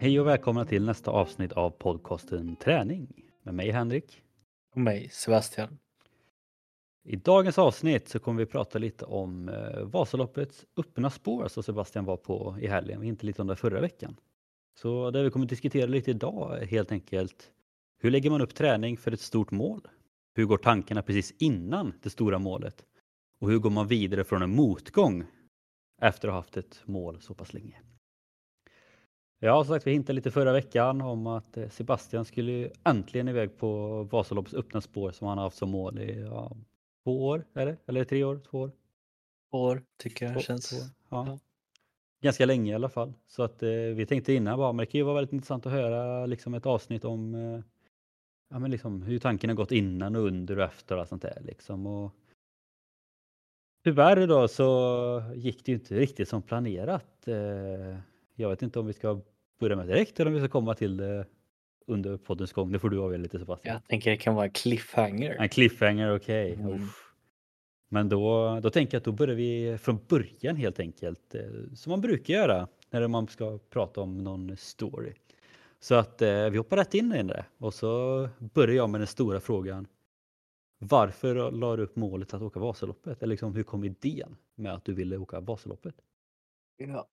Hej och välkomna till nästa avsnitt av podcasten Träning med mig Henrik. Och mig, Sebastian. I dagens avsnitt så kommer vi prata lite om Vasaloppets öppna spår som Sebastian var på i helgen och inte lite om det förra veckan. Så det vi kommer diskutera lite idag är helt enkelt hur lägger man upp träning för ett stort mål? Hur går tankarna precis innan det stora målet? Och hur går man vidare från en motgång efter att ha haft ett mål så pass länge? Ja, som sagt, vi hintade lite förra veckan om att Sebastian skulle ju äntligen iväg på Vasaloppets öppna spår som han har haft som mål i 2 år, är det? Eller 3 år? 2 år? År tycker jag 2 känns. år. Ja. Ja. Ganska länge i alla fall. Så att vi tänkte innan bara, men det kan ju vara väldigt intressant att höra liksom ett avsnitt om ja, men liksom, hur tanken har gått innan och under och efter och allt sånt där. Liksom. Och tyvärr då så gick det ju inte riktigt som planerat. Jag vet inte om vi ska börja med direkt eller om vi ska komma till det under poddens gång. Det får du avgöra lite Sebastian. Jag tänker det kan vara cliffhanger. En cliffhanger, okej. Mm. Men då tänker jag att då börjar vi från början helt enkelt. Som man brukar göra när man ska prata om någon story. Så att vi hoppar rätt in i det. Och så börjar jag med den stora frågan. Varför la du upp målet att åka Vasaloppet? Eller liksom, hur kom idén med att du ville åka Vasaloppet? Ja.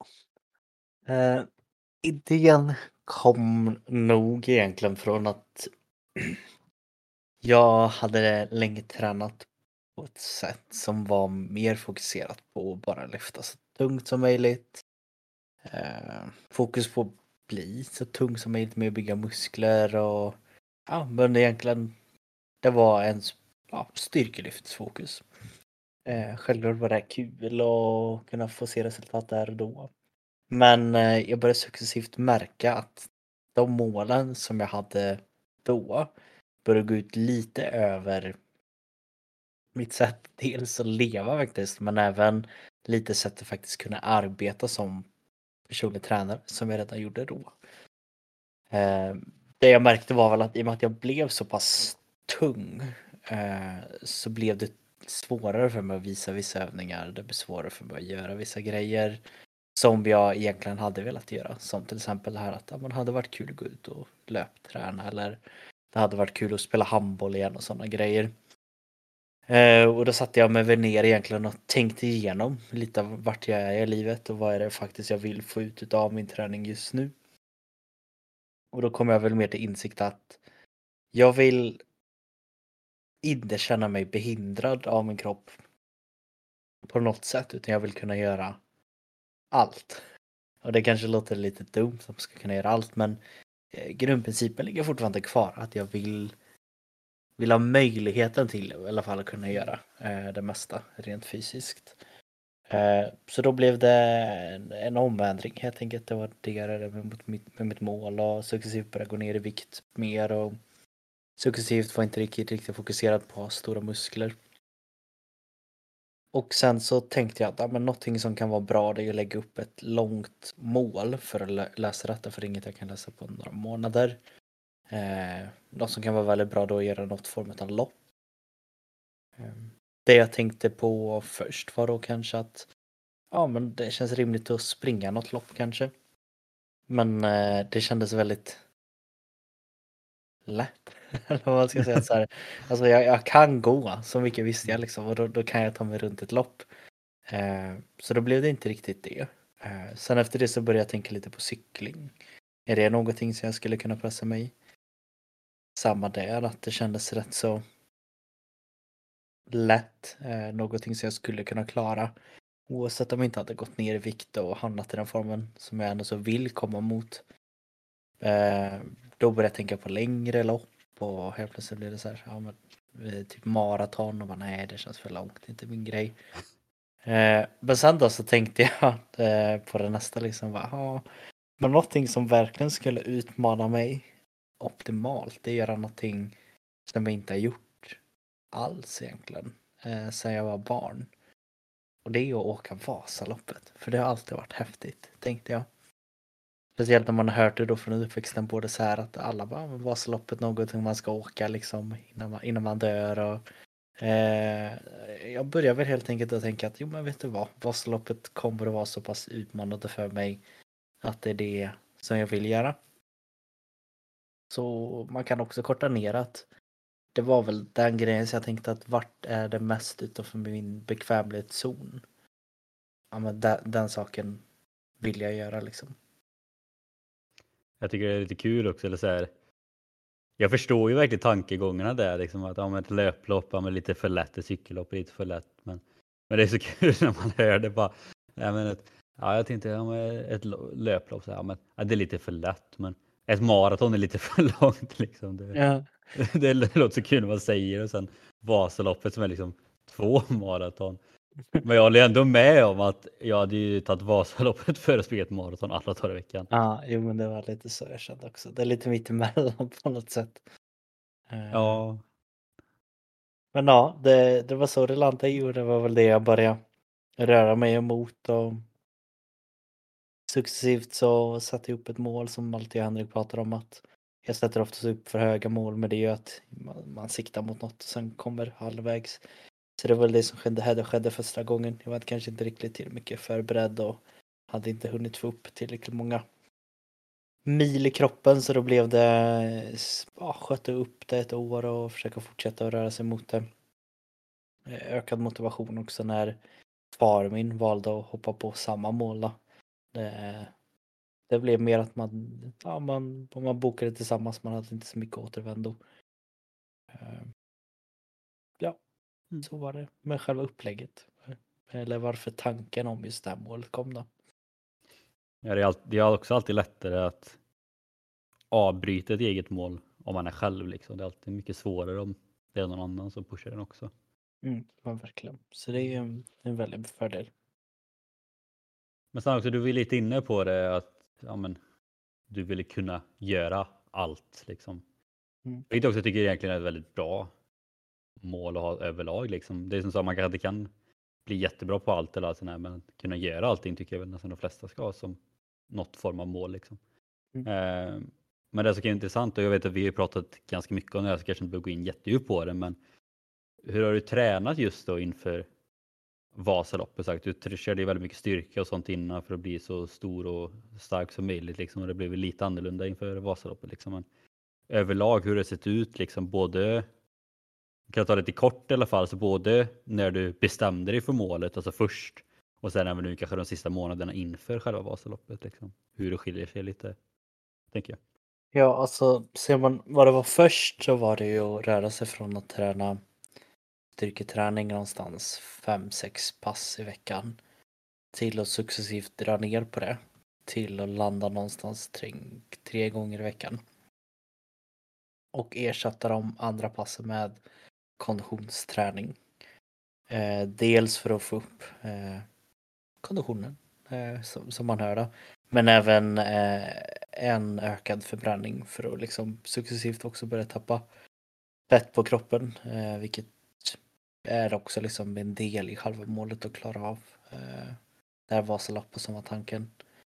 Idén kom nog egentligen från att jag hade länge tränat på ett sätt som var mer fokuserat på att bara lyfta så tungt som möjligt. Fokus på att bli så tung som möjligt med att bygga muskler och ja, men egentligen det var en styrkelyftsfokus. Självklart var det kul att kunna få se resultat där och då. Men jag började successivt märka att de målen som jag hade då började gå ut lite över mitt sätt dels att leva faktiskt, men även lite sätt att faktiskt kunna arbeta som personlig tränare som jag redan gjorde då. Det jag märkte var väl att i och med att jag blev så pass tung så blev det svårare för mig att visa vissa övningar. Det blev svårare för mig att göra vissa grejer som jag egentligen hade velat göra. Som till exempel det här att man hade varit kul att gå ut och löpträna eller det hade varit kul att spela handboll igen och sådana grejer. Och då satte jag mig ner egentligen och tänkte igenom lite vart jag är i livet och vad är det faktiskt jag vill få ut av min träning just nu. Och då kom jag väl mer till insikt att jag vill inte känna mig behindrad av min kropp på något sätt utan jag vill kunna göra allt. Och det kanske låter lite dumt att man ska kunna göra allt men grundprincipen ligger fortfarande kvar att jag vill ha möjligheten till i alla fall att kunna göra det mesta rent fysiskt. Så då blev det en omändring helt enkelt. Det var det med mitt mål och successivt börja gå ner i vikt mer och successivt var inte riktigt fokuserad på stora muskler. Och sen så tänkte jag att någonting som kan vara bra det är att lägga upp ett långt mål för att läsa detta för det är inget jag kan läsa på några månader. Något som kan vara väldigt bra då är att göra något form av lopp. Det jag tänkte på först var då kanske att men det känns rimligt att springa något lopp kanske. Men det kändes väldigt lätt. Eller vad man ska säga så här. Alltså jag kan gå, så mycket visste jag liksom och då kan jag ta mig runt ett lopp. Så då blev det inte riktigt det. Sen efter det så började jag tänka lite på cykling. Är det någonting som jag skulle kunna passa mig? Samma där, att det kändes rätt så lätt. Någonting som jag skulle kunna klara. Oavsett om jag inte hade gått ner i vikt och hamnat i den formen som jag ändå så vill komma mot. Då började jag tänka på längre lopp och helt plötsligt blev det så här, typ maraton och bara nej det känns för långt, det är inte min grej. Men sen då så tänkte jag på det nästa liksom, men någonting som verkligen skulle utmana mig optimalt, det är att göra någonting som jag inte har gjort alls egentligen sen jag var barn. Och det är att åka Vasaloppet. För det har alltid varit häftigt, tänkte jag. Speciellt när man har hört det då från uppväxten både så här att alla bara Vasaloppet någonting man ska åka liksom innan man dör och jag börjar väl helt enkelt att tänka att men vet du vad, Vasaloppet kommer att vara så pass utmanande för mig att det är det som jag vill göra. Så man kan också korta ner att det var väl den grejen så jag tänkte att vart är det mest utanför min bekvämlighetszon? Ja, men den saken vill jag göra liksom. Jag tycker det är lite kul också, eller så här. Jag förstår ju verkligen tankegångarna där, liksom att ett löplopp, lite för lätt, ett cykellopp är lite för lätt. Men det är så kul när man hör det bara. Jag tänkte ett löplopp, så här, det är lite för lätt, men ett maraton är lite för långt. Liksom. Ja. Det låter så kul när man säger, och sen Vasaloppet som är liksom 2 maraton. Men jag håller ändå med om att jag hade ju tagit Vasaloppet för att springa ett maraton alla dagar i veckan. Ja, jo men det var lite så jag kände också. Det är lite mitt emellan på något sätt. Ja, Men ja, det var så det landade och det var väl det jag började röra mig emot och successivt så satte jag upp ett mål som alltid Henrik pratar om att jag sätter oftast upp för höga mål, men det gör att man siktar mot något och sen kommer halvvägs. Så det var väl det som skedde första gången. Jag var kanske inte riktigt till mycket förberedd och hade inte hunnit få upp tillräckligt många mil i kroppen, så då blev det sköta upp det ett år och försöka fortsätta att röra sig mot det. Ökad motivation också när far min valde att hoppa på samma mål då. Det blev mer att man bokade tillsammans, man hade inte så mycket återvändo. Ja, så var det med själva upplägget. Eller varför tanken om just det här målet kom då. Ja, det är också alltid lättare att avbryta ett eget mål om man är själv. Liksom. Det är alltid mycket svårare om det är någon annan som pushar den också. Ja, verkligen. Så det är en väldigt fördel. Men sen också, du var lite inne på det att du ville kunna göra allt. Liksom. Vilket jag också tycker egentligen är ett väldigt bra mål att ha överlag. Liksom. Det är som så att man kanske inte kan bli jättebra på allt eller allt sånt här, men kunna göra allting tycker jag väl nästan de flesta ska ha som något form av mål. Liksom. Men det är så intressant, och jag vet att vi har pratat ganska mycket om det här, så kanske inte behöver gå in jättedjupt på det, men hur har du tränat just då inför Vasaloppet? Sagt, du körde ju väldigt mycket styrka och sånt innan för att bli så stor och stark som möjligt liksom, och det blev lite annorlunda inför Vasaloppet liksom. Men överlag, hur har det sett ut liksom, både, kan jag ta det lite kort i alla fall, så både när du bestämde dig för målet, alltså först, och sen även nu kanske de sista månaderna inför själva Vasaloppet liksom, hur det skiljer sig lite, tänker jag. Ja, alltså ser man vad det var först, så var det ju att röra sig från att träna styrketräning någonstans 5-6 pass i veckan till att successivt dra ner på det till att landa någonstans 3 gånger i veckan. Och ersätta de andra passen med konditionsträning. Dels för att få upp konditionen som man hör då. Men även en ökad förbränning för att liksom successivt också börja tappa fett på kroppen. Vilket är också liksom en del i själva målet att klara av. Det här Vasaloppet som var tanken.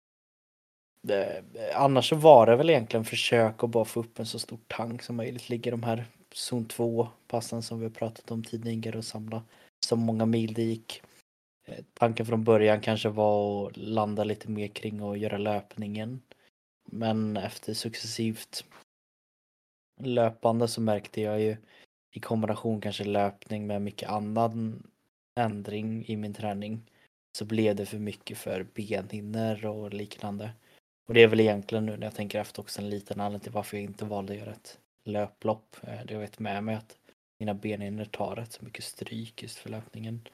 Annars så var det väl egentligen försök att bara få upp en så stor tank som möjligt. Ligger de här zon 2 passen som vi har pratat om tidigare och samla så många mil det gick. Tanken från början kanske var att landa lite mer kring och göra löpningen. Men efter successivt löpande så märkte jag ju i kombination kanske löpning med mycket annan ändring i min träning, så blev det för mycket för benhinnor och liknande. Och det är väl egentligen nu när jag tänker efter också en liten anledning till varför jag inte valde att göra ett löplopp. Det jag vet med mig att mina benhinnor tar rätt så mycket stryk just för löpningen.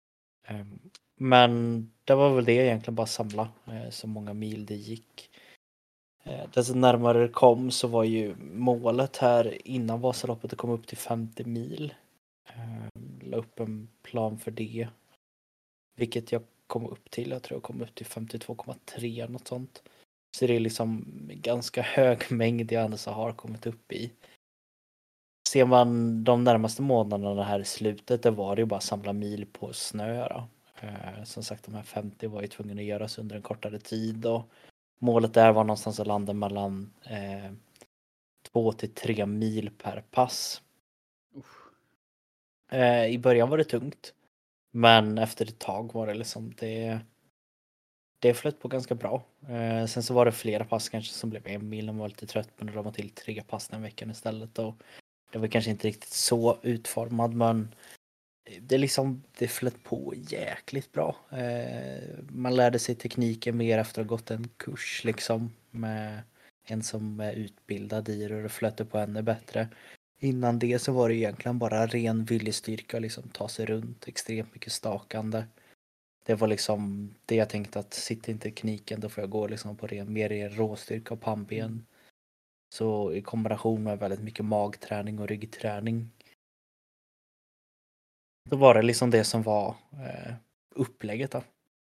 Men det var väl det egentligen, bara samla så många mil det gick. Desto närmare det kom så var ju målet här innan Vasaloppet att komma upp till 50 mil. La upp en plan för det. Vilket jag kom upp till. Jag tror jag kom upp till 52,3 något sånt. Så det är liksom ganska hög mängd jag ändå så har kommit upp i. Ser man de närmaste månaderna här i slutet, det var det ju bara samla mil på snö då. Som sagt, de här 50 var ju tvungna att göras under en kortare tid och målet där var någonstans att landa mellan 2-3 mil per pass. I början var det tungt, men efter ett tag var det liksom det det flöt på ganska bra. Sen så var det flera pass kanske som blev 1 mil. Man var lite trött men de var till 3 pass den veckan istället. Och det var kanske inte riktigt så utformad men det flöt på jäkligt bra. Man lärde sig tekniken mer efter att ha gått en kurs liksom med en som är utbildad i det och det flöt på ännu bättre. Innan det så var det egentligen bara ren viljestyrka, liksom ta sig runt, extremt mycket stakande. Det var liksom det jag tänkte att sitter inte tekniken då får jag gå liksom på mer råstyrka och pannben. Så i kombination med väldigt mycket magträning och ryggträning. Då var det liksom det som var upplägget då.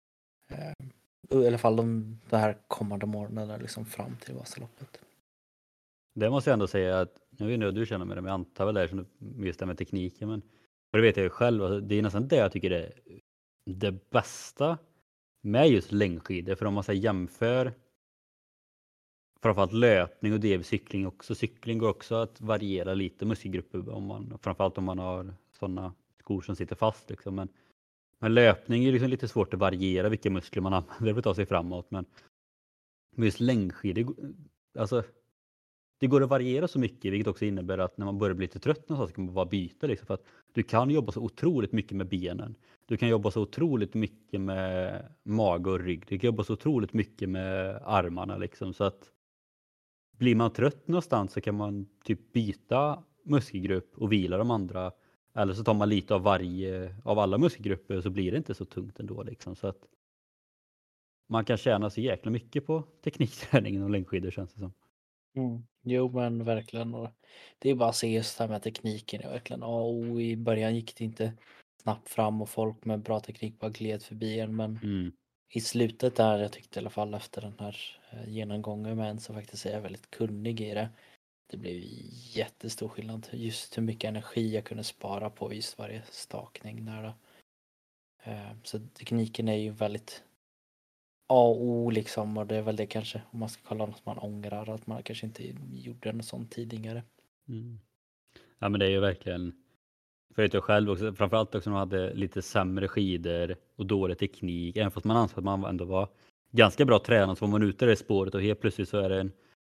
I alla fall de här kommande månaderna liksom fram till Vasaloppet. Det måste jag ändå säga att, jag vet inte hur du känner med det, men jag antar väl det är just det med tekniken. Men och det vet jag ju själv, alltså, det är nästan det jag tycker är det bästa med just längdskidor. För om man säger jämför framförallt löpning och cykling också. Cykling går också att variera lite muskelgrupper, framförallt om man har sådana skor som sitter fast. Liksom. Men löpning är liksom lite svårt att variera vilka muskler man använder för att ta sig framåt. Men just längdskidor, alltså det går att variera så mycket, vilket också innebär att när man börjar bli lite trött någonstans kan man bara byta. Liksom, för att du kan jobba så otroligt mycket med benen. Du kan jobba så otroligt mycket med mage och rygg. Du kan jobba så otroligt mycket med armarna. Liksom, så att blir man trött någonstans så kan man typ byta muskelgrupp och vila de andra. Eller så tar man lite av alla muskelgrupper så blir det inte så tungt ändå. Liksom, så att man kan tjäna så jäkla mycket på teknikträningen och längdskidor känns det som. Jo men verkligen. Och det är bara att se just det här med tekniken. Det är verkligen i början gick det inte snabbt fram och folk med bra teknik bara gled förbi en. Men i slutet där, jag tyckte i alla fall efter den här genomgången med en som faktiskt är väldigt kunnig i det. Det blev jättestor skillnad. Just hur mycket energi jag kunde spara på just varje stakning där då. Så tekniken är ju väldigt A och O liksom och det är väl det kanske om man ska kolla något man ångrar att man kanske inte gjorde något sånt tidigare. Ja men det är ju verkligen, för jag själv också, framförallt också när man hade lite sämre skidor och dålig teknik, även fast man ansåg att man ändå var ganska bra tränad så var man ute i det spåret och helt plötsligt så är det en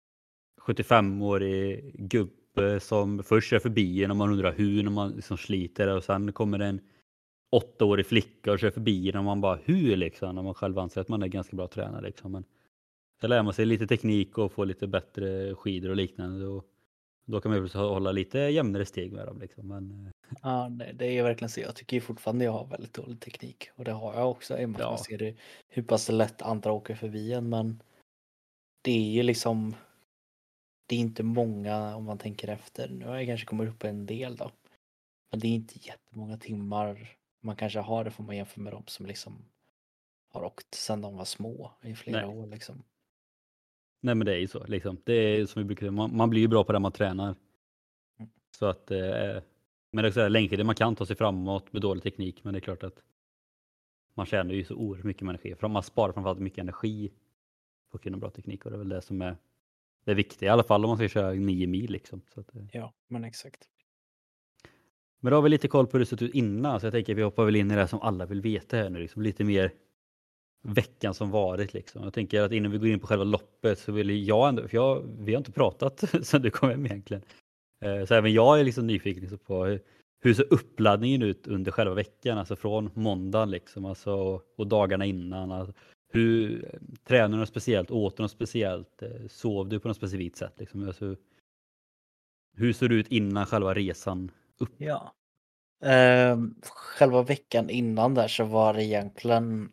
75-årig gubbe som först kör förbi en och man undrar hur när man liksom sliter och sen kommer det en 8-årig flicka och kör förbi en och man bara hur liksom när man själv anser att man är ganska bra tränad liksom. Men så lär man sig lite teknik och få lite bättre skidor och liknande och då kan man ju hålla lite jämnare steg med dem liksom. Men Ja, det är verkligen så. Jag tycker ju fortfarande jag har väldigt dålig teknik och det har jag också i och med att man ser det, hur pass lätt andra åker förbi en men det är ju liksom det är inte många om man tänker efter. Nu har jag kanske kommit upp en del då. Men det är inte jättemånga timmar man kanske har det får man jämföra med dem som liksom har åkt sedan de var små i flera år liksom. Nej men det är ju så liksom. Det är som vi brukar säga, man blir ju bra på det man tränar. Så att men det är så här, längdskidor man kan ta sig framåt med dålig teknik men det är klart att man tjänar ju så oerhört mycket energi. För man sparar framförallt mycket energi på att kunna bra teknik och det är väl det som är det viktiga i alla fall om man ska köra 9 mil liksom. Så att, Ja, men exakt. Men då har vi lite koll på hur det sett ut innan så jag tänker att vi hoppar väl in i det som alla vill veta här nu liksom, lite mer veckan som varit liksom. Jag tänker att innan vi går in på själva loppet så vill jag ändå, för vi har inte pratat sen du kom hem egentligen. Så även jag är liksom nyfiken på hur ser uppladdningen ut under själva veckan, alltså från måndagen liksom, alltså, och dagarna innan. Alltså, hur tränar du något speciellt, åt du något speciellt, sov du på något specifikt sätt liksom? Alltså, hur ser det ut innan själva resan upp? Ja. Själva veckan innan där så var det egentligen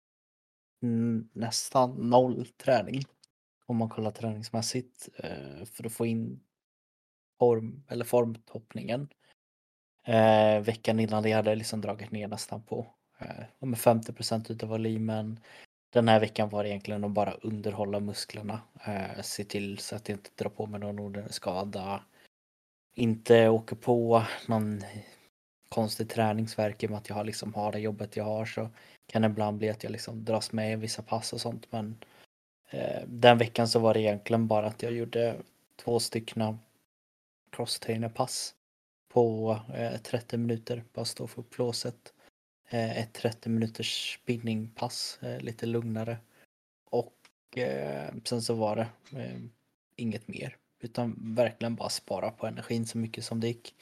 nästan noll träning. Om man kollar träningsmässigt för att få in formtoppningen. Veckan innan det hade jag liksom dragit ner nästan på med 50% utav volymen. Den här veckan var det egentligen att bara underhålla musklerna. Se till så att jag inte drar på mig någon onödig skada. Inte åka på någon konstig träningsvärk i och med att jag liksom har det jobbet jag har så kan det ibland bli att jag liksom dras med i vissa pass och sånt. Men den veckan så var det egentligen bara att jag gjorde 2 stycken crosstrainer-pass på 30 minuter. Bara stå för upplåset. ett 30 minuters spinningpass, lite lugnare. Och sen så var det inget mer. Utan verkligen bara spara på energin så mycket som det gick.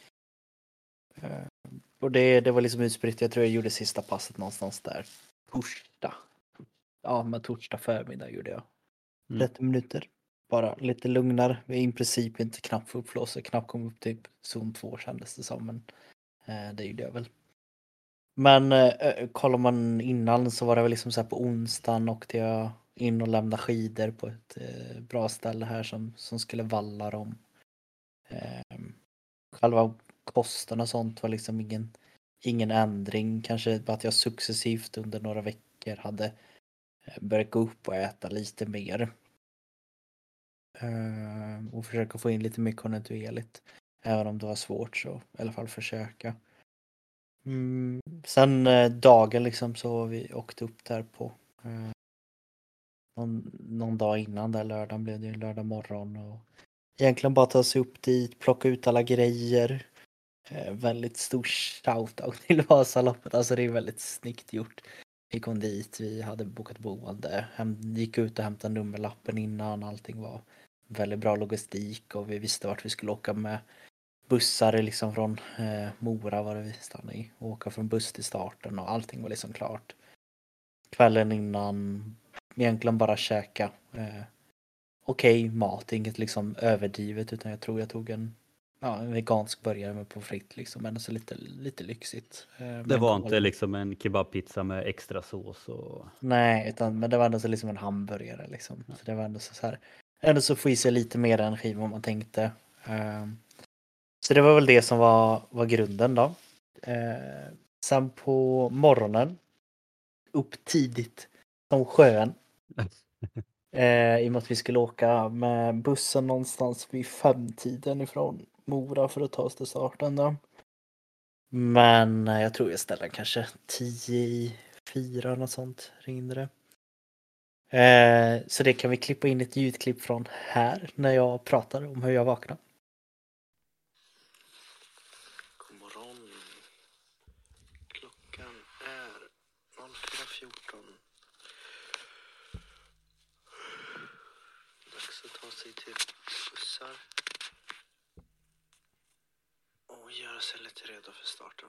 Och det var liksom utspritt. Jag tror jag gjorde sista passet någonstans där. Torsdag. Ja, men torsdag förmiddag gjorde jag. 30 minuter. Bara lite lugnare. Vi är i princip inte knappt för uppblåsa. Knappt kom upp till zon 2 kändes det som. Men det gjorde jag väl. Men kollar man innan så var det väl liksom så här på onsdagen åkte jag in och lämna skidor på ett bra ställe här som skulle valla dem. Själva kosten och sånt var liksom ingen ändring. Kanske bara att jag successivt under några veckor hade börjat gå upp och äta lite mer. Och försöka få in lite mer kontinuerligt. Även om det var svårt så i alla fall försöka. Sen dagen liksom så vi åkte upp där på någon dag innan där lördagen blev det ju lördag morgon och egentligen bara ta sig upp dit, plocka ut alla grejer. Väldigt stor shoutout till Vasaloppet, alltså det är väldigt snyggt gjort. Vi kom dit, vi hade bokat boende, gick ut och hämtade nummerlappen innan, allting var väldigt bra logistik och vi visste vart vi skulle åka med bussar liksom från Mora var det vi stannade i och åka från buss till starten och allting var liksom klart. Kvällen innan egentligen bara käka okej mat, inget liksom överdrivet utan jag tror jag tog en vegansk burgare med pommes frites liksom, men så lite lyxigt. Det var inte liksom en kebabpizza med extra sås och... Nej, men det var ändå så liksom en hamburgare liksom. Så det var ändå så här, ändå så får i sig lite mer energi än vad man tänkte. Så det var väl det som var grunden då. Sen på morgonen upp tidigt som sjön. I och med att vi skulle åka med bussen någonstans vid 5-tiden ifrån Mora för att ta oss till starten då. Men jag tror jag ställde kanske 10:04 något sånt ringde det. Så det kan vi klippa in ett ljudklipp från här när jag pratar om hur jag vaknade. God morgon. Klockan är 04:14. Dags att ta sig till bussar. Och göra sig lite redo för starten.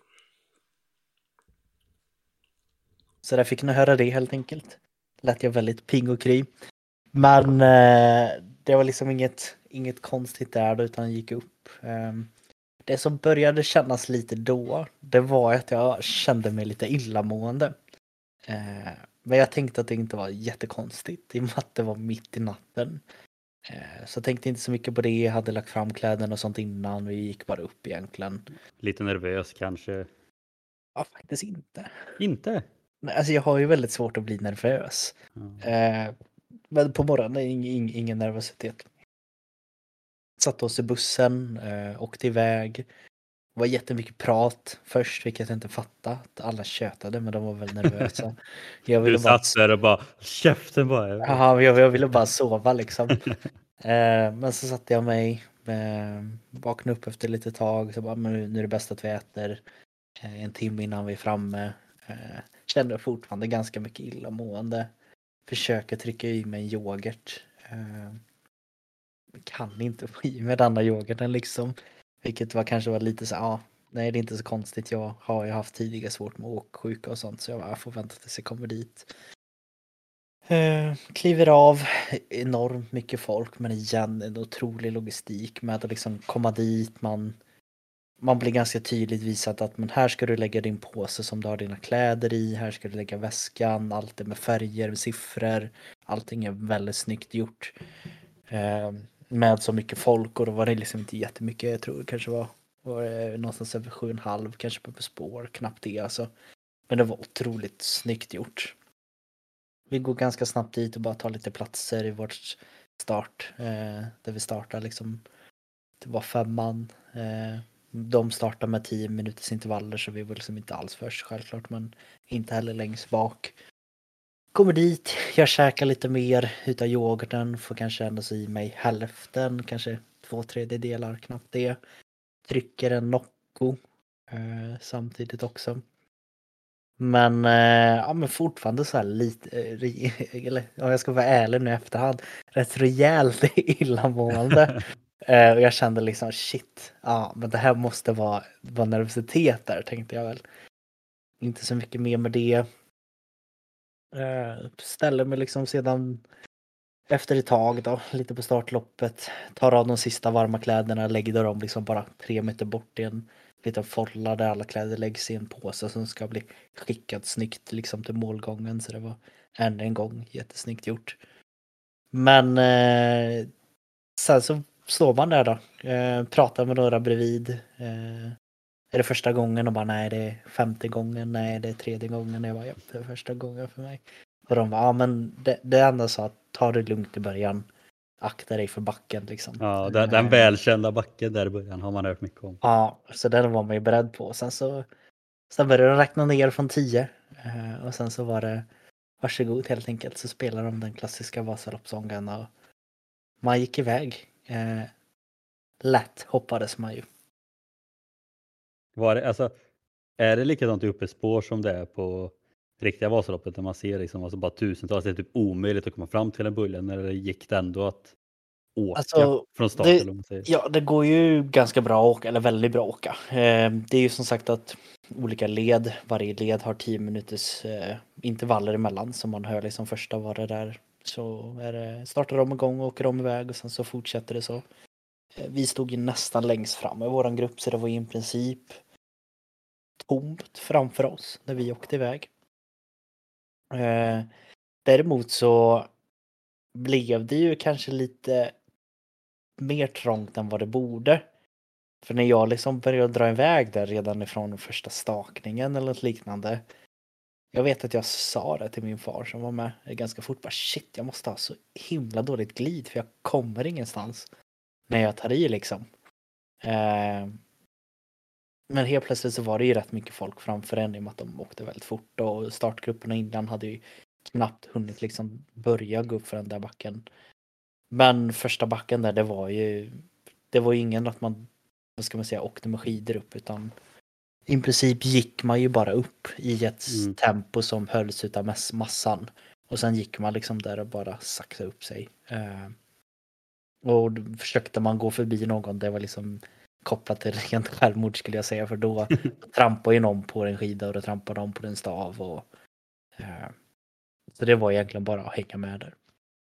Så där fick ni höra det helt enkelt. Lät jag väldigt ping och kry. Men det var liksom inget konstigt där utan gick upp. Det som började kännas lite då, det var att jag kände mig lite illamående. Men jag tänkte att det inte var jättekonstigt i och med att det var mitt i natten. Så jag tänkte inte så mycket på det, jag hade lagt fram kläderna och sånt innan, vi gick bara upp egentligen. Lite nervös kanske? Ja, faktiskt inte. Inte? Alltså jag har ju väldigt svårt att bli nervös. Men på morgonen ingen nervositet. Satte oss i bussen, åkte iväg. Det var jättemycket prat först, vilket jag inte fattade. Alla tjötade, men de var väl nervösa. Jag ville du satt där och bara, käften bara. Ja, jag ville bara sova liksom. Men så satte jag mig, vaknade upp efter lite tag. Så bara, men nu är det bäst att vi äter. En timme innan vi är framme. Kände fortfarande ganska mycket illamående. Försöker trycka i mig en yoghurt. Kan inte få i mig den där yoghurten liksom. Vilket kanske var lite så nej det är inte så konstigt. Jag har ju haft tidigare svårt med åksjuka och sånt. Så jag får vänta tills jag kommer dit. Kliver av, enormt mycket folk men igen en otrolig logistik med att liksom komma dit. Man blir ganska tydligt visat att men här ska du lägga din påse som du har dina kläder i, här ska du lägga väskan, allt är med färger, med siffror, allting är väldigt snyggt gjort. Med så mycket folk och då var det liksom inte jättemycket, jag tror det kanske var någonstans över 7,5 kanske på spår, knappt det alltså. Men det var otroligt snyggt gjort. Vi går ganska snabbt dit och bara tar lite platser i vårt start. Där vi startar liksom. Det var 5 man. De startar med 10 minuters intervaller så vi var liksom inte alls först självklart. Men inte heller längst bak. Kommer dit, jag käkar lite mer utav yoghurten. Får kanske ändå i mig hälften. Kanske 2/3 knappt det. Trycker en Nocco. Samtidigt också. Men, ja, men fortfarande så här lite, eller om jag ska vara ärlig nu i efterhand, rätt rejält illamående. Och jag kände liksom shit, ja men det här måste vara nervositet där, tänkte jag väl. Inte så mycket mer med det. Ställer mig liksom sedan efter ett tag då, lite på startloppet, tar av de sista varma kläderna, lägger dem liksom bara 3 meter bort i en liten folla där alla kläder läggs i en påse som ska bli skickad snyggt liksom till målgången. Så det var än en gång jättesnyggt gjort. Men sen så står man där då, pratar med några bredvid. Är det första gången? Och bara nej, det är 5:e gången, nej det är 3:e gången. Jag bara, ja, det är första gången för mig. Och de bara, ja men det enda så att ta det lugnt i början. Akta dig för backen liksom. Ja, den välkända backen där i början har man hört mycket om. Ja, så den var man ju beredd på. Sen började de räkna ner från 10. Och sen så var det varsågod helt enkelt. Så spelade de den klassiska Vasaloppssången och man gick iväg. Lätt hoppades man ju. Alltså, är det likadant i uppespår som det är på riktiga Vasaloppet, där man ser liksom, alltså bara tusentals, det är typ omöjligt att komma fram till en början, när det gick det ändå att åka Alltså, från start? Eller vad man säger. ja, det går ju ganska bra att åka, eller väldigt bra att åka. Det är ju som sagt att olika led, varje led har 10 minuters intervaller emellan, som man hör liksom första var det där. Så startar de igång och åker de iväg och sen så fortsätter det så. Vi stod ju nästan längst fram i våran grupp, så det var i princip tomt framför oss när vi åkte iväg. Däremot så blev det ju kanske lite mer trångt än vad det borde. För när jag liksom började dra iväg där redan ifrån första stakningen eller något liknande. Jag vet att jag sa det till min far som var med ganska fort. Bara, shit, jag måste ha så himla dåligt glid för jag kommer ingenstans när jag tar i liksom. Men helt plötsligt så var det ju rätt mycket folk framför en i och med att de åkte väldigt fort. Och startgrupperna innan hade ju knappt hunnit liksom börja gå upp för den där backen. Men första backen där, det var ju ingen att man, vad ska man säga, åkte med skidor upp, utan i princip gick man ju bara upp i ett tempo som hölls utav massan. Och sen gick man liksom där och bara sakta upp sig. Och försökte man gå förbi någon, det var liksom kopplat till rent självmord skulle jag säga, för då trampade ju någon på en skida och då trampade de på en stav. Och, så det var egentligen bara att hänga med där.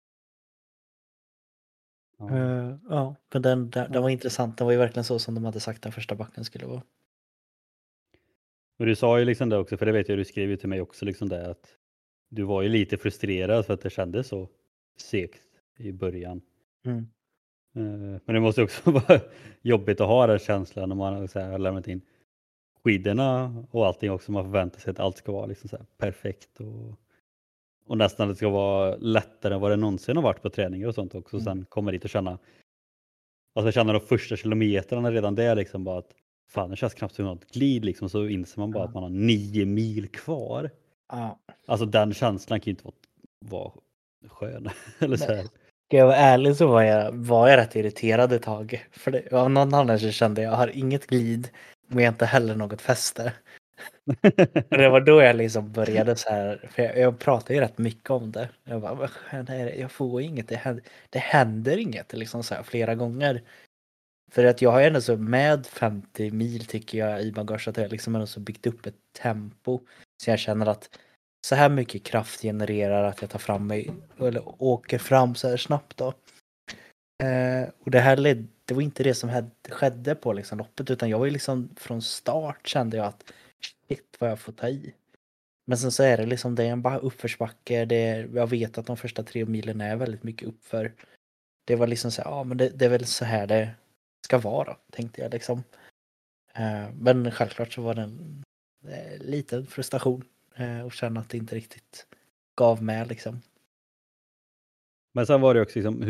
Ja, men den var intressant. Den var ju verkligen så som de hade sagt den första backen skulle vara. Och du sa ju liksom det också, för det vet jag, du skrev ju till mig också liksom det, att du var ju lite frustrerad för att det kändes så segt i början. Men det måste också vara jobbigt att ha den känslan när man har lämnat in skidorna och allting också. Man förväntar sig att allt ska vara liksom så här perfekt och nästan det ska vara lättare än vad det någonsin har varit på träningar och sånt också. Sen kommer dit och känna de första kilometrarna redan där liksom bara att fan, det känns knappt som något glid liksom, så inser man bara att man har 9 mil kvar. Alltså den känslan kan ju inte vara skön. Eller så här. Ska jag vara ärlig så var jag rätt irriterad ett tag. För det, av någon annan så kände jag har inget glid, men jag har inte heller något fäste. Och det var då jag liksom började så här, för jag pratade ju rätt mycket om det. Jag bara, vad fan är det? Jag får inget, det händer inget liksom så här flera gånger. För att jag har ändå så med 50 mil tycker jag i bagaget att jag liksom ändå så byggt upp ett tempo. Så jag känner att så här mycket kraft genererar att jag tar fram mig eller åker fram så här snabbt då. Och det var inte det som skedde på liksom loppet, utan jag var ju liksom från start kände jag att shit vad jag får ta i. Men sen så är det liksom, det är en bara uppförsbacke, jag vet att de första 3 milen är väldigt mycket uppför. Det var liksom så här, ja men det är väl så här det ska vara, tänkte jag liksom. Men självklart så var det en liten frustration och känna att det inte riktigt gav med liksom. Men sen var det också liksom,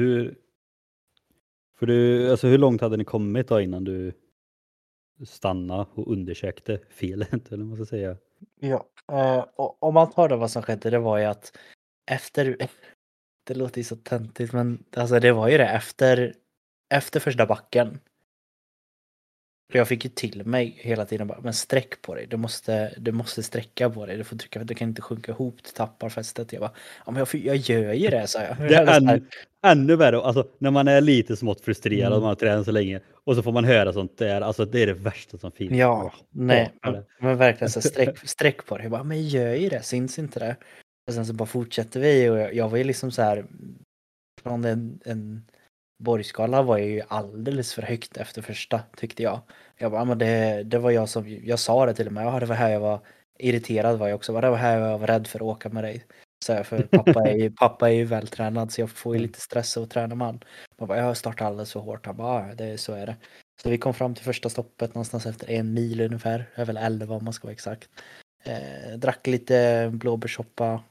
hur långt hade ni kommit då innan du stannade och undersökte felet, eller vad man ska säga? Ja, och om man tar det vad som skedde, det var ju att efter, det låter ju så töntigt, men alltså det var ju det efter första backen. Jag fick ju till mig hela tiden bara, men sträck på dig, du måste sträcka på dig, du får trycka, du kan inte sjunka ihop, du tappar fästet. Jag bara, ja men jag gör ju det, sa jag. Det är ännu värre, alltså när man är lite smått frustrerad och man har tränat så länge och så får man höra sånt där, alltså det är det värsta som finns. Ja, nej, det. men verkligen så sträck på det. Jag bara, men jag gör ju det, syns inte det? Och sen så bara fortsätter vi och jag var ju liksom så här, från en borgskala var jag ju alldeles för högt efter första, tyckte jag. Jag bara, men det var jag sa det till och med, ja, det var här jag var irriterad var jag också, det var här jag var rädd för att åka med dig. Så jag, för pappa är ju vältränad så jag får ju lite stress att träna med han. Jag bara, jag har startat alldeles för hårt, han bara, ja, så är det. Så vi kom fram till första stoppet någonstans efter 1 mil ungefär, är väl 11 om man ska vara exakt. Drack lite blåbärssoppa,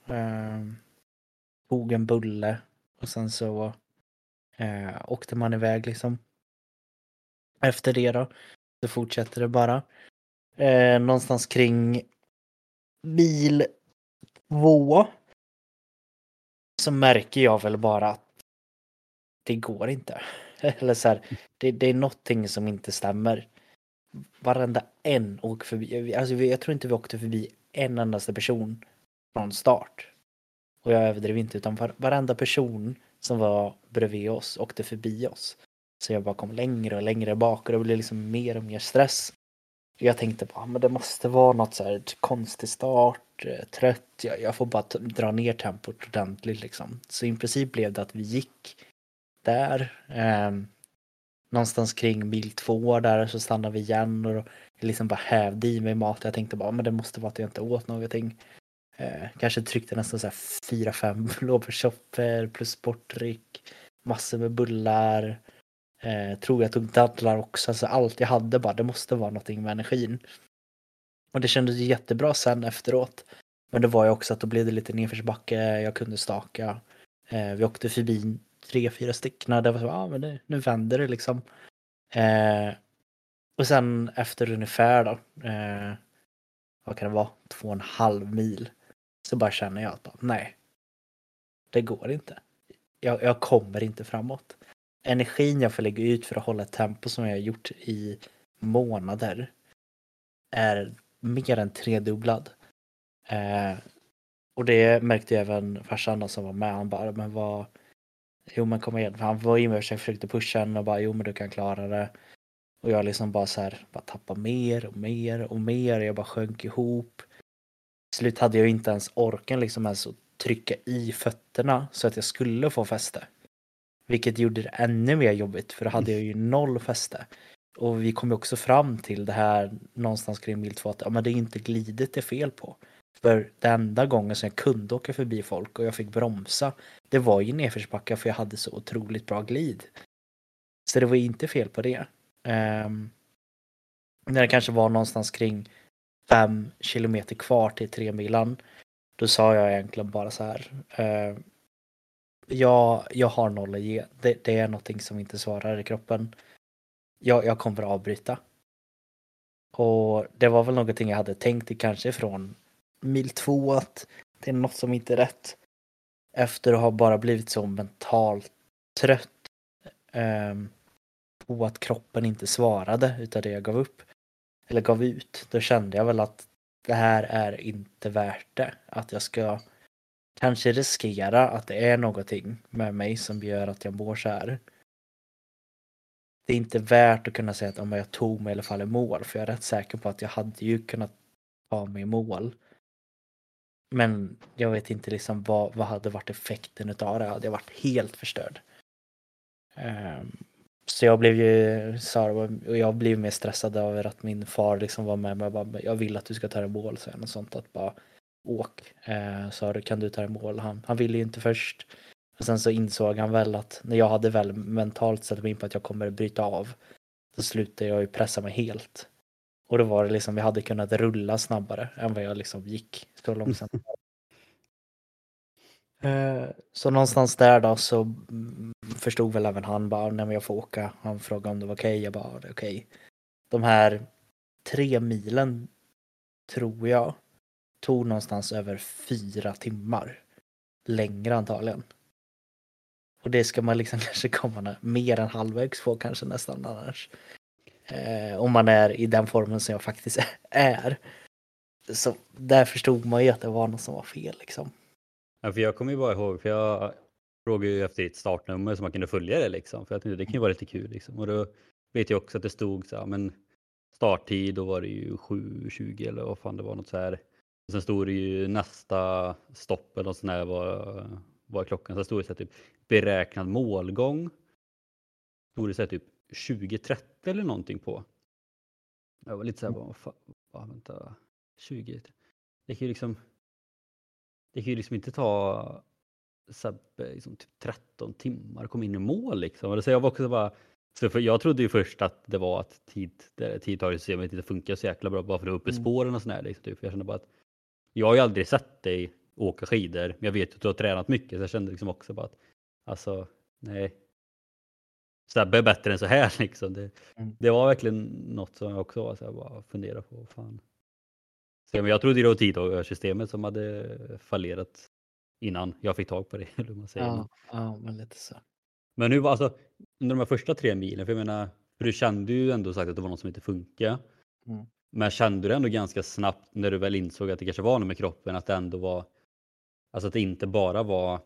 tog en bulle och sen så åkte man iväg liksom. Efter det då så fortsätter det bara. Någonstans kring mil 2 så märker jag väl bara att det går inte. Eller så här, det är någonting som inte stämmer. Varenda en åker förbi. Alltså jag tror inte vi åkte förbi en endaste person från start. Och jag överdriver inte, utan varenda person som var bredvid oss åkte förbi oss. Så jag bara kom längre och längre bak och det blev liksom mer och mer stress. Jag tänkte bara, men det måste vara något så här konstig start, trött. Jag får bara dra ner tempot ordentligt liksom. Så i princip blev det att vi gick där. Någonstans kring mil 2 där så stannade vi igen och jag liksom bara hävde i mig mat. Jag tänkte bara, men det måste vara att jag inte åt någonting. Kanske tryckte nästan så här 4-5 blåbärssoppor plus sportdryck, massor med bullar. Tror jag tog dadlar också, så allt jag hade bara, det måste vara någonting med energin. Och det kändes jättebra sen efteråt. Men det var ju också att då blev det lite nedförsbacke, jag kunde staka. Vi åkte förbi 3-4 stycken, det var så, men nu vänder det liksom. Och sen efter ungefär då, vad kan det vara, 2,5 mil, så bara känner jag att nej, det går inte. Jag kommer inte framåt. Energin jag får lägga ut för att hålla ett tempo som jag har gjort i månader är mer än 3-dubblad. Och det märkte jag även farsan som var med. Han bara, men vad... Jo men kom igen. Han var inne och försökte pusha en och bara, jo men du kan klara det. Och jag liksom bara så här, bara tappade mer och mer och mer. Jag bara sjönk ihop. Till slut hade jag inte ens orken liksom ens att trycka i fötterna så att jag skulle få fäste. Vilket gjorde det ännu mer jobbigt, för då hade jag ju 0 fäste. Och vi kom ju också fram till det här någonstans kring mil 2 att men det är inte glidet det är fel på. För den enda gången som jag kunde åka förbi folk och jag fick bromsa, det var ju nedförsbacka för jag hade så otroligt bra glid. Så det var inte fel på det. När det kanske var någonstans kring 5 kilometer kvar till 3 milan, då sa jag egentligen bara så här... Jag har 0 att ge. Det är någonting som inte svarar i kroppen. Jag kommer att avbryta. Och det var väl någonting jag hade tänkt kanske från mil 2 att det är något som inte är rätt. Efter att ha bara blivit så mentalt trött på att kroppen inte svarade utan det jag gav upp. Eller gav ut. Då kände jag väl att det här är inte värt det. Att jag ska kanske riskera att det är någonting med mig som gör att jag mår så här. Det är inte värt att kunna säga att om jag tog mig i alla fall i mål. För jag är rätt säker på att jag hade ju kunnat ta mig i mål. Men jag vet inte liksom vad hade varit effekten utav det. Hade jag varit helt förstörd. Så jag blev ju och jag blev mer stressad över att min far liksom var med mig och bara, jag vill att du ska ta dig i mål. Så något sånt att bara åk. Så kan du ta dig i mål. Han ville ju inte först. Och sen så insåg han väl att när jag hade väl mentalt satt mig in på att jag kommer bryta av, så slutade jag ju pressa mig helt. Och då var det liksom, jag hade kunnat rulla snabbare än vad jag liksom gick så långsamt. Så någonstans där då så förstod väl även han bara, när jag får åka. Han frågade om det var okej. Jag bara, det är okej. De här 3 milen tror jag tog någonstans över 4 timmar. Längre antagligen. Och det ska man liksom kanske komma mer än halvvägs på kanske nästan annars. Om man är i den formen som jag faktiskt är. Så där förstod man ju att det var något som var fel liksom. Ja, för jag kommer ju bara ihåg, för jag frågade ju efter ett startnummer så man kunde följa det liksom. För jag tänkte det kan ju vara lite kul liksom. Och då vet jag också att det stod så här, men starttid då var det ju 7:20 eller vad fan det var, något så här. Och sen stod det ju nästa stopp eller något sånt här var klockan. Sen stod det så här, typ beräknad målgång. Stod det så här, typ 20:30 eller någonting på. Jag var lite så här, vad fan, vänta, 20. Det kan ju liksom inte ta så här, liksom typ 13 timmar att komma in i mål liksom. Så jag var också bara, så för jag trodde ju först att det var att tidtagarsystemet inte funkar så jäkla bra bara för att upp i spåren och sådär liksom, typ. För jag kände bara att jag har ju aldrig sett dig åka skidor, men jag vet ju att du har tränat mycket, så jag kände liksom också bara att alltså nej, Sebbe är bättre än så här liksom. Det var verkligen något som jag också var så här, bara fundera på, fan. Så, men jag trodde det var tidtagarsystemet som hade fallerat innan jag fick tag på det. Eller vad man säger. Ja, men lite så. Men hur var alltså under de här första 3 milen, för jag menar, för du kände ju ändå sagt att det var något som inte funkar. Mm. Men kände du ändå ganska snabbt när du väl insåg att det kanske var något med kroppen, att det ändå var, alltså att det inte bara var,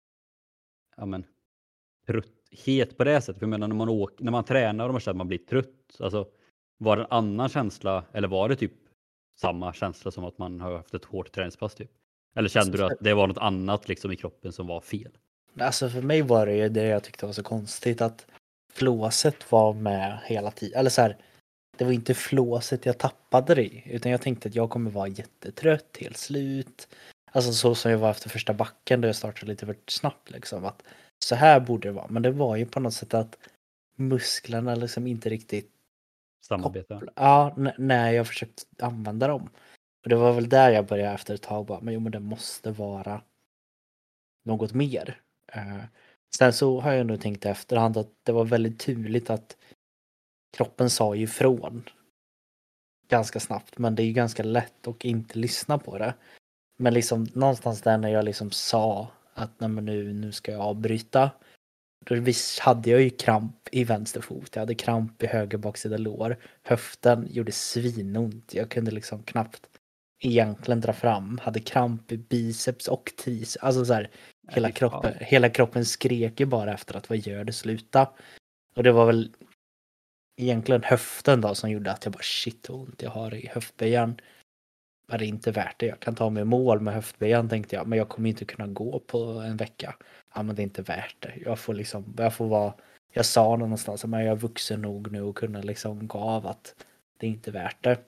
ja men, trötthet på det sättet. För jag menar när man tränar och man känner att man blir trött, alltså var det en annan känsla eller var det typ samma känsla som att man har haft ett hårt träningspass typ? Eller kände du att det var något annat liksom i kroppen som var fel? Alltså för mig var det ju det jag tyckte var så konstigt, att flåset var med hela tiden. Eller så här, det var inte flåset jag tappade det i, utan jag tänkte att jag kommer vara jättetrött, helt slut. Alltså så som jag var efter första backen då jag startade lite för snabbt liksom. Att så här borde det vara. Men det var ju på något sätt att musklerna liksom inte riktigt Samarbete? Ja, när jag försökte använda dem. Och det var väl där jag började efter ett tag bara, men det måste vara något mer. Sen så har jag nog tänkt i efterhand att det var väldigt turligt att kroppen sa ju ifrån ganska snabbt, men det är ju ganska lätt att inte lyssna på det. Men liksom någonstans där när jag liksom sa att nej, men nu ska jag avbryta, då visst hade jag ju kramp i vänster fot, jag hade kramp i höger baksida lår, höften gjorde svinont, jag kunde liksom knappt egentligen dra fram, hade kramp i biceps och triceps, alltså så här, hela kroppen skrek ju bara efter att vad gör det, sluta. Och det var väl egentligen höften då som gjorde att jag bara shit vad ont jag har i höftböjan. Var det inte värt det, jag kan ta mig mål med höftböjan tänkte jag, men jag kommer inte kunna gå på en vecka. Ja men det är inte värt det, jag får vara, jag sa någonstans att jag är vuxen nog nu och kunna liksom gå av att det är inte värt det.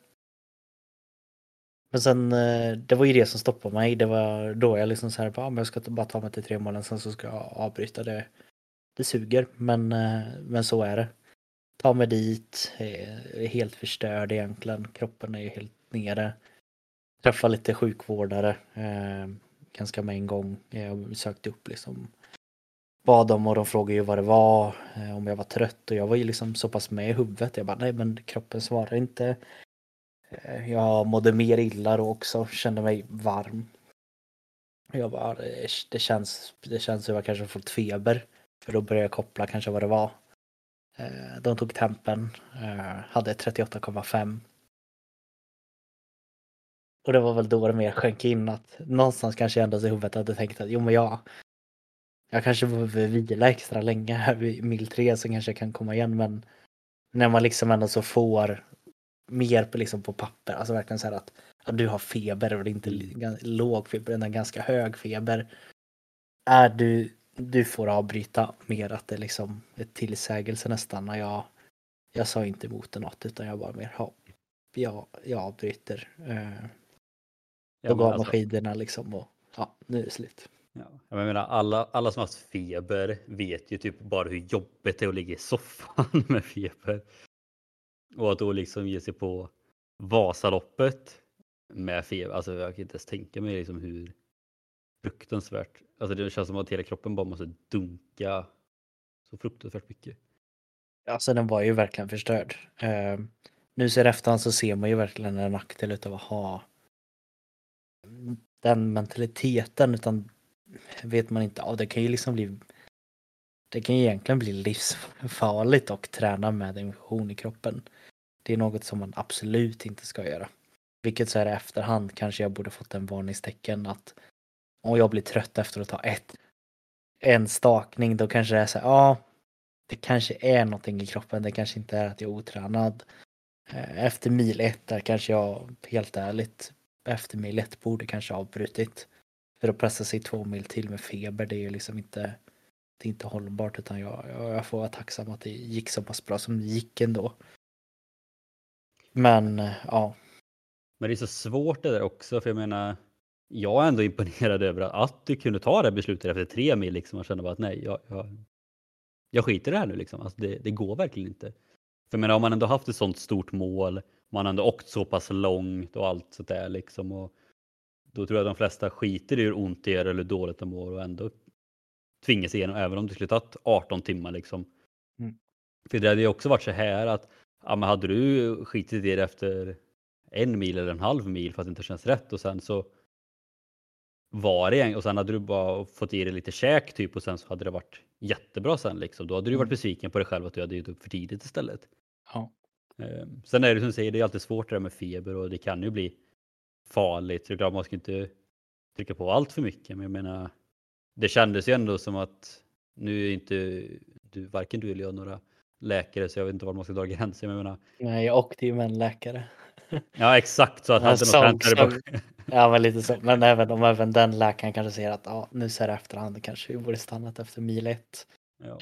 Men sen, det var ju det som stoppade mig. Det var då jag liksom så här, men jag ska bara ta mig till 3 målen, sen så ska jag avbryta det. Det suger, men så är det. Ta mig dit, är helt förstörd egentligen. Kroppen är ju helt nere. Träffa lite sjukvårdare ganska med en gång. Jag sökte upp liksom, bad dem och de frågade ju vad det var, om jag var trött, och jag var ju liksom så pass med i huvudet. Jag bara, nej men kroppen svarar inte. Jag mådde mer illa då också, kände mig varm. Jag bara, det känns som jag kanske fått feber. För då började jag koppla kanske vad det var. De tog tempen, hade 38,5. Och det var väl då det mer sjönk in att någonstans kanske jag ändå i huvudet hade tänkt att jo men jag kanske behöver vila extra länge här vid mil 3 så kanske jag kan komma igen, men när man liksom ändå så får mer på, liksom på papper, alltså verkligen så här att du har feber och det är inte låg feber, det är ganska hög feber. Du får avbryta, mer att det liksom ett tillsägelse nästan, när jag sa inte emot det något, utan jag bara mer jag avbryter. Då gav man skidorna liksom och nu är det slut. Ja, jag menar alla som har haft feber vet ju typ bara hur jobbigt det är att ligga i soffan med feber. Och att då liksom ge sig på Vasaloppet med feber, alltså jag kan inte ens tänka mig liksom hur fruktansvärt, alltså det känns som att hela kroppen bara måste dunka så fruktansvärt mycket. Alltså den var ju verkligen förstörd. Nu ser efterhand så ser man ju verkligen en nackdel utav att ha den mentaliteten, utan vet man inte, det kan ju liksom det kan ju egentligen bli livsfarligt och träna med infektion i kroppen. Det är något som man absolut inte ska göra. Vilket så här i efterhand kanske jag borde fått en varningstecken att om jag blir trött efter att ta en stakning, då kanske det är så här, ja, det kanske är någonting i kroppen, det kanske inte är att jag är otränad. Efter mil 1 där kanske jag, helt ärligt, efter mil 1 borde kanske avbrutit. För att pressa sig 2 mil till med feber, det är ju liksom inte, det är inte hållbart, utan jag får vara tacksam att det gick så pass bra som det gick ändå. Men ja. Men det är så svårt det där också, för jag menar, jag är ändå imponerad över att du kunde ta det beslutet efter 3 mil liksom och känna bara att nej, jag skiter i det här nu liksom. Alltså det går verkligen inte. För jag menar, om man ändå haft ett sånt stort mål, man har ändå åkt så pass långt och allt sånt där liksom, och då tror jag de flesta skiter i hur ont det gör eller hur dåligt de mår och ändå tvingas igenom, även om det skulle tagit 18 timmar liksom. Mm. För det hade ju också varit så här att, ja, men hade du skitit i det efter 1 mil eller en halv mil för att det inte känns rätt och sen så var det, och sen hade du bara fått i dig lite käk typ och sen så hade det varit jättebra sen liksom. Då hade du varit besviken på dig själv att du hade gett upp för tidigt istället. Ja. Sen är det som du säger, det är alltid svårt det där med feber och det kan ju bli farligt. Så det är klart man ska inte trycka på allt för mycket, men jag menar, det kändes ju ändå som att nu är inte du, varken du eller jag, några läkare, så jag vet inte var man ska dra gränser. Men jag menar, Nej, jag åkte ju med en läkare. ja exakt, så att hade något hänt där bara... Ja, men lite så. Men även den läkaren kanske säger att ja, nu så här efterhand kanske vi borde stannat efter mil 1. Ja.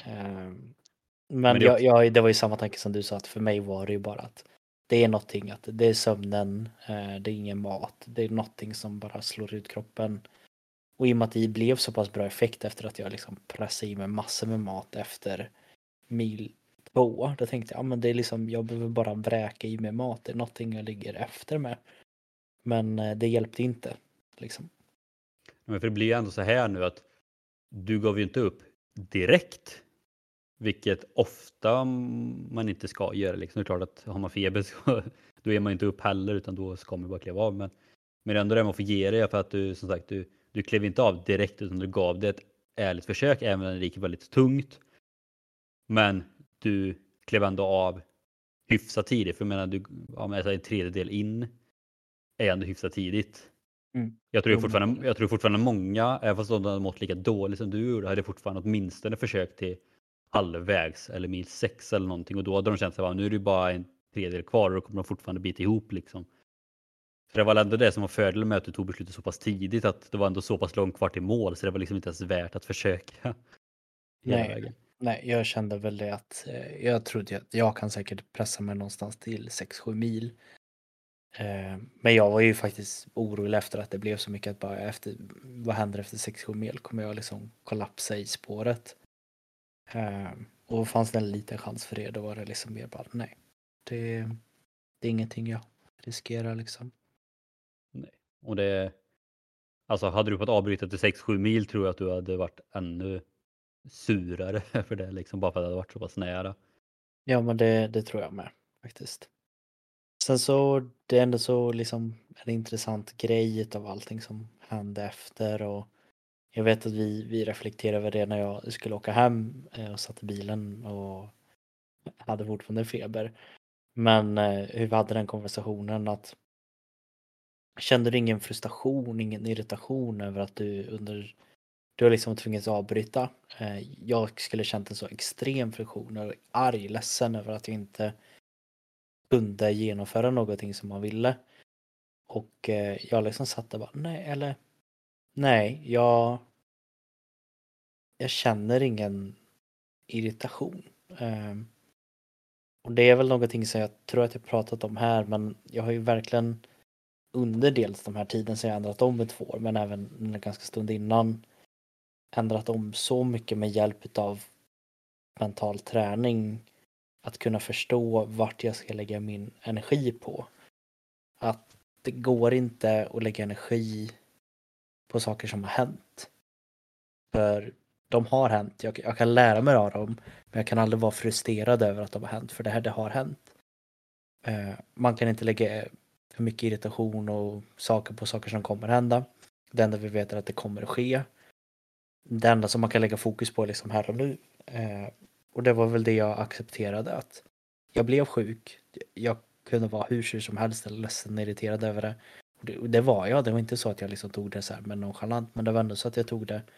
Men det är också... det var ju samma tanke som du sa, att för mig var det ju bara att det är någonting, att det är sömnen, det är ingen mat, det är någonting som bara slår ut kroppen. Och i och med att det blev så pass bra effekt efter att jag liksom pressade i mig massor med mat efter mil 2, då tänkte jag, ja men det är liksom, jag behöver bara vräka i mig mat, det är någonting jag ligger efter med. Men det hjälpte inte liksom. Men för det blir ju ändå så här nu att du gav ju inte upp direkt, vilket ofta man inte ska göra liksom. Det är klart att har man feber så då är man inte upp heller, utan då ska man bara kliva av. Men ändå det man får ge dig, för att du som sagt du klev inte av direkt, utan du gav det ett ärligt försök även när det gick väldigt tungt. Men du klev ändå av hyfsat tidigt, för jag menar, du, ja, men en tredjedel in är ändå hyfsat tidigt. Jag tror fortfarande många, även fast de hade mått lika dåligt som du gjorde, hade fortfarande åtminstone försökt till halvvägs eller mil 6 eller någonting, och då hade de känt sig, nu är det bara en tredjedel kvar och då kommer de fortfarande bita ihop liksom. Så det var ändå det som var fördelen med att du tog beslutet så pass tidigt, att det var ändå så pass långt kvar till mål, så det var liksom inte ens värt att försöka hela vägen. Nej, jag kände väl det att jag trodde att jag kan säkert pressa mig någonstans till 6-7 mil. Men jag var ju faktiskt orolig efter att det blev så mycket, att bara efter, vad händer efter 6-7 mil? Kommer jag liksom kollapsa i spåret? Och fanns det en liten chans för det, då var det liksom mer bara nej. Det är ingenting jag riskerar liksom. Nej. Och det, alltså hade du fått avbryta till 6-7 mil, tror jag att du hade varit ännu surare för det liksom, bara för att det hade varit så pass nära. Ja, men det tror jag med faktiskt. Sen så, det är ändå så liksom en intressant grej av allting som hände efter, och jag vet att vi reflekterade över det när jag skulle åka hem och satt i bilen och hade fortfarande feber. Men hur vi hade den konversationen, att kände du ingen frustration, ingen irritation över att du har liksom tvingats avbryta? Jag skulle känt en så extrem friktion och arg, ledsen över att jag inte kunde genomföra någonting som man ville. Och jag liksom satt där bara, nej, jag känner ingen irritation. Och det är väl någonting som jag tror att jag pratat om här, men jag har ju verkligen under dels de här tiden som jag ändrat om ett 2 år, men även en ganska stund innan ändrat om så mycket med hjälp av mental träning, att kunna förstå vart jag ska lägga min energi på. Att det går inte att lägga energi på saker som har hänt. För de har hänt. Jag kan lära mig av dem, men jag kan aldrig vara frustrerad över att de har hänt, för det har hänt. Man kan inte lägga för mycket irritation och saker på saker som kommer hända. Det enda vi vet är att det kommer att ske. Det enda som man kan lägga fokus på är liksom här och nu. Och det var väl det jag accepterade, att jag blev sjuk. Jag kunde vara hur sur som helst eller ledsen och irriterad över det. Och det var jag. Det var inte så att jag liksom tog det så här med nonchalant, men det var ändå så att jag tog det.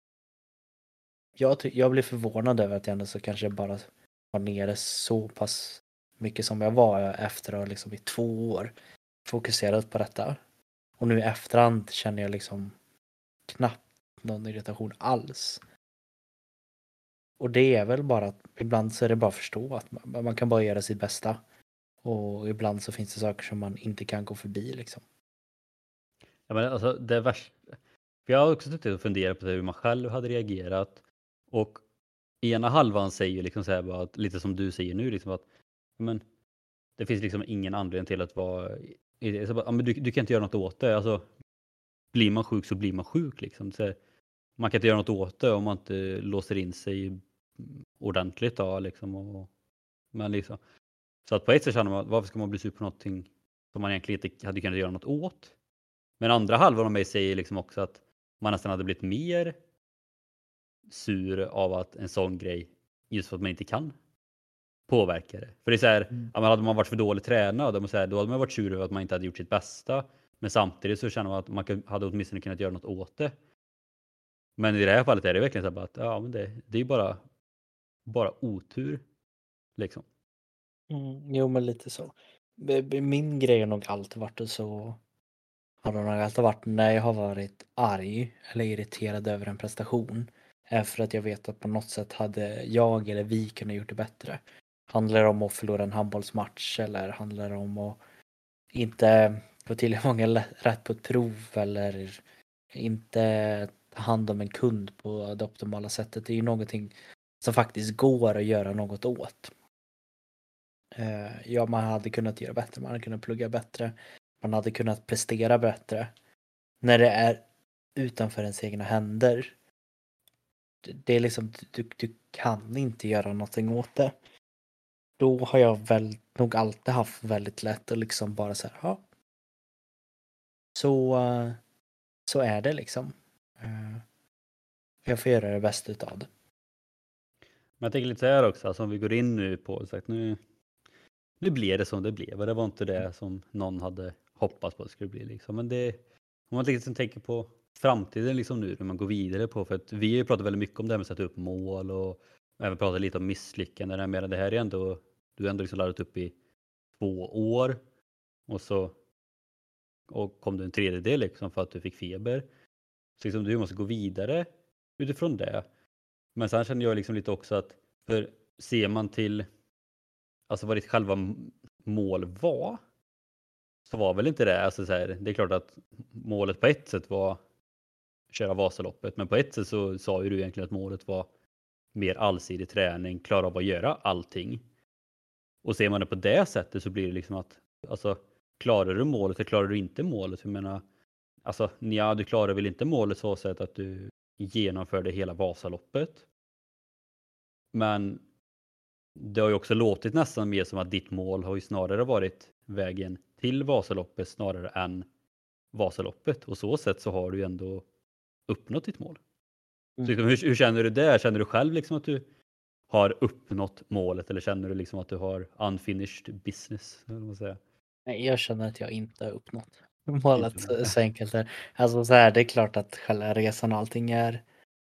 Jag blev förvånad över att jag ändå så kanske bara var nere så pass mycket som jag var efter att liksom i 2 år fokuserat på detta. Och nu i efterhand känner jag liksom knappt någon irritation alls. Och det är väl bara att ibland så är det bara att förstå att man kan bara göra sitt bästa. Och ibland så finns det saker som man inte kan gå förbi liksom. Ja, men alltså det värsta. För jag har också suttit och funderat på hur man själv hade reagerat. Och ena halvan säger liksom så här bara att, lite som du säger nu, liksom att men, det finns liksom ingen anledning till att vara så bara, men du kan inte göra något åt det. Alltså, blir man sjuk så blir man sjuk. Liksom. Så här, man kan inte göra något åt det om man inte låser in sig ordentligt. Då, liksom, men liksom. Så att på ett sätt känner man, varför ska man bli sur på någonting som man egentligen inte hade kunnat göra något åt? Men andra halvan av mig säger liksom också att man nästan hade blivit mer sur av att en sån grej, just för att man inte kan påverka det. För det är så här, hade man varit för dåligt tränad, då hade man varit sur över att man inte hade gjort sitt bästa. Men samtidigt så känner man att man hade åtminstone kunnat göra något åt det. Men i det här fallet är det verkligen så här att ja, men det är bara otur. Liksom. Jo, men lite så. Min grej har nog alltid varit så. Har det nog alltid varit när jag har varit arg eller irriterad över en prestation. Är för att jag vet att på något sätt hade jag eller vi kunnat gjort det bättre. Handlar det om att förlora en handbollsmatch eller handlar det om att inte få till många rätt på ett prov eller inte ta hand om en kund på det optimala sättet. Det är ju någonting som faktiskt går att göra något åt. Ja, man hade kunnat göra bättre, man hade kunnat plugga bättre, man hade kunnat prestera bättre. När det är utanför ens egna händer, det är liksom, du kan inte göra någonting åt det. Då har jag väl nog alltid haft väldigt lätt att liksom bara så här, ja. Så är det liksom. Jag får göra det bästa utav det. Men jag tänker lite så här också, alltså om vi går in nu på sagt, nu blev det som det blev och det var inte det som någon hade hoppats på att det skulle bli liksom. Men det, om man liksom tänker på framtiden liksom nu när man går vidare på, för att vi har ju pratat väldigt mycket om det här med att sätta upp mål och även pratat lite om misslyckanden. Men det här är ändå, du har ändå liksom laddat upp i 2 år och kom du en tredjedel liksom för att du fick feber. Så liksom du måste gå vidare utifrån det. Men sen känner jag liksom lite också att, för ser man till alltså vad ditt själva mål var, så var väl inte det, alltså så här, det är klart att målet på ett sätt var köra Vasaloppet, men på ett sätt så sa ju du egentligen att målet var mer allsidig träning, klara av att göra allting. Och ser man det på det sättet så blir det liksom att, alltså klarar du målet eller klarar du inte målet? Jag menar, alltså du klarar väl inte målet så sätt att du genomförde hela Vasaloppet. Men det har ju också låtit nästan mer som att ditt mål har ju snarare varit vägen till Vasaloppet snarare än Vasaloppet. Och så sätt så har du ju ändå uppnått ditt mål. Så liksom, hur känner du det? Känner du själv liksom att du har uppnått målet eller känner du liksom att du har unfinished business? Eller vad man säger? Nej, jag känner att jag inte har uppnått målet så enkelt är. Alltså så här, det är klart att själva resan och allting är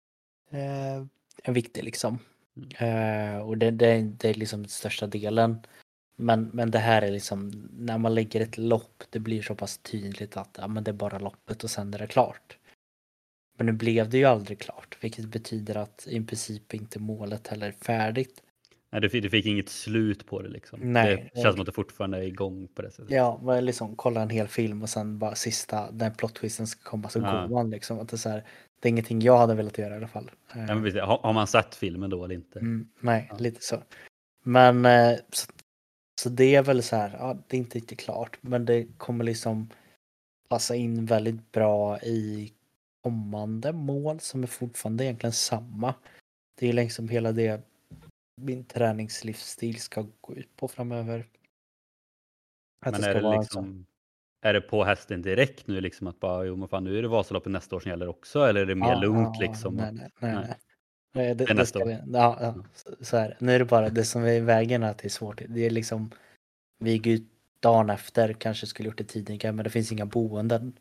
viktig liksom. Och det är liksom den största delen. Men det här är liksom, när man lägger ett lopp, det blir så pass tydligt att ja, men det är bara loppet och sen är det klart. Men nu blev det ju aldrig klart, vilket betyder att i princip inte målet heller är färdigt. Nej, du fick inget slut på det liksom. Nej, det känns som att det fortfarande är igång på det sättet. Ja, man liksom kolla en hel film och sen bara sista, när plot-twisten ska komma så går man liksom. Att det, är så här, det är ingenting jag hade velat göra i alla fall. Ja, men har man sett filmen då eller inte? Nej, lite så. Men så det är väl så här, ja, det är inte riktigt klart. Men det kommer liksom passa in väldigt bra i kommande mål som är fortfarande egentligen samma. Det är liksom hela det min träningslivsstil ska gå ut på framöver. Att Men det är ska det vara liksom, är det på hästen direkt nu liksom att bara, jo men fan nu är det Vasaloppet nästa år som gäller också, eller är det mer lugnt liksom? Nej, det är nästa år. Så här. Nu är det bara det som är i vägen att det är svårt. Det är liksom, vi går ut dagen efter, kanske skulle gjort det tidigare, men det finns inga boenden.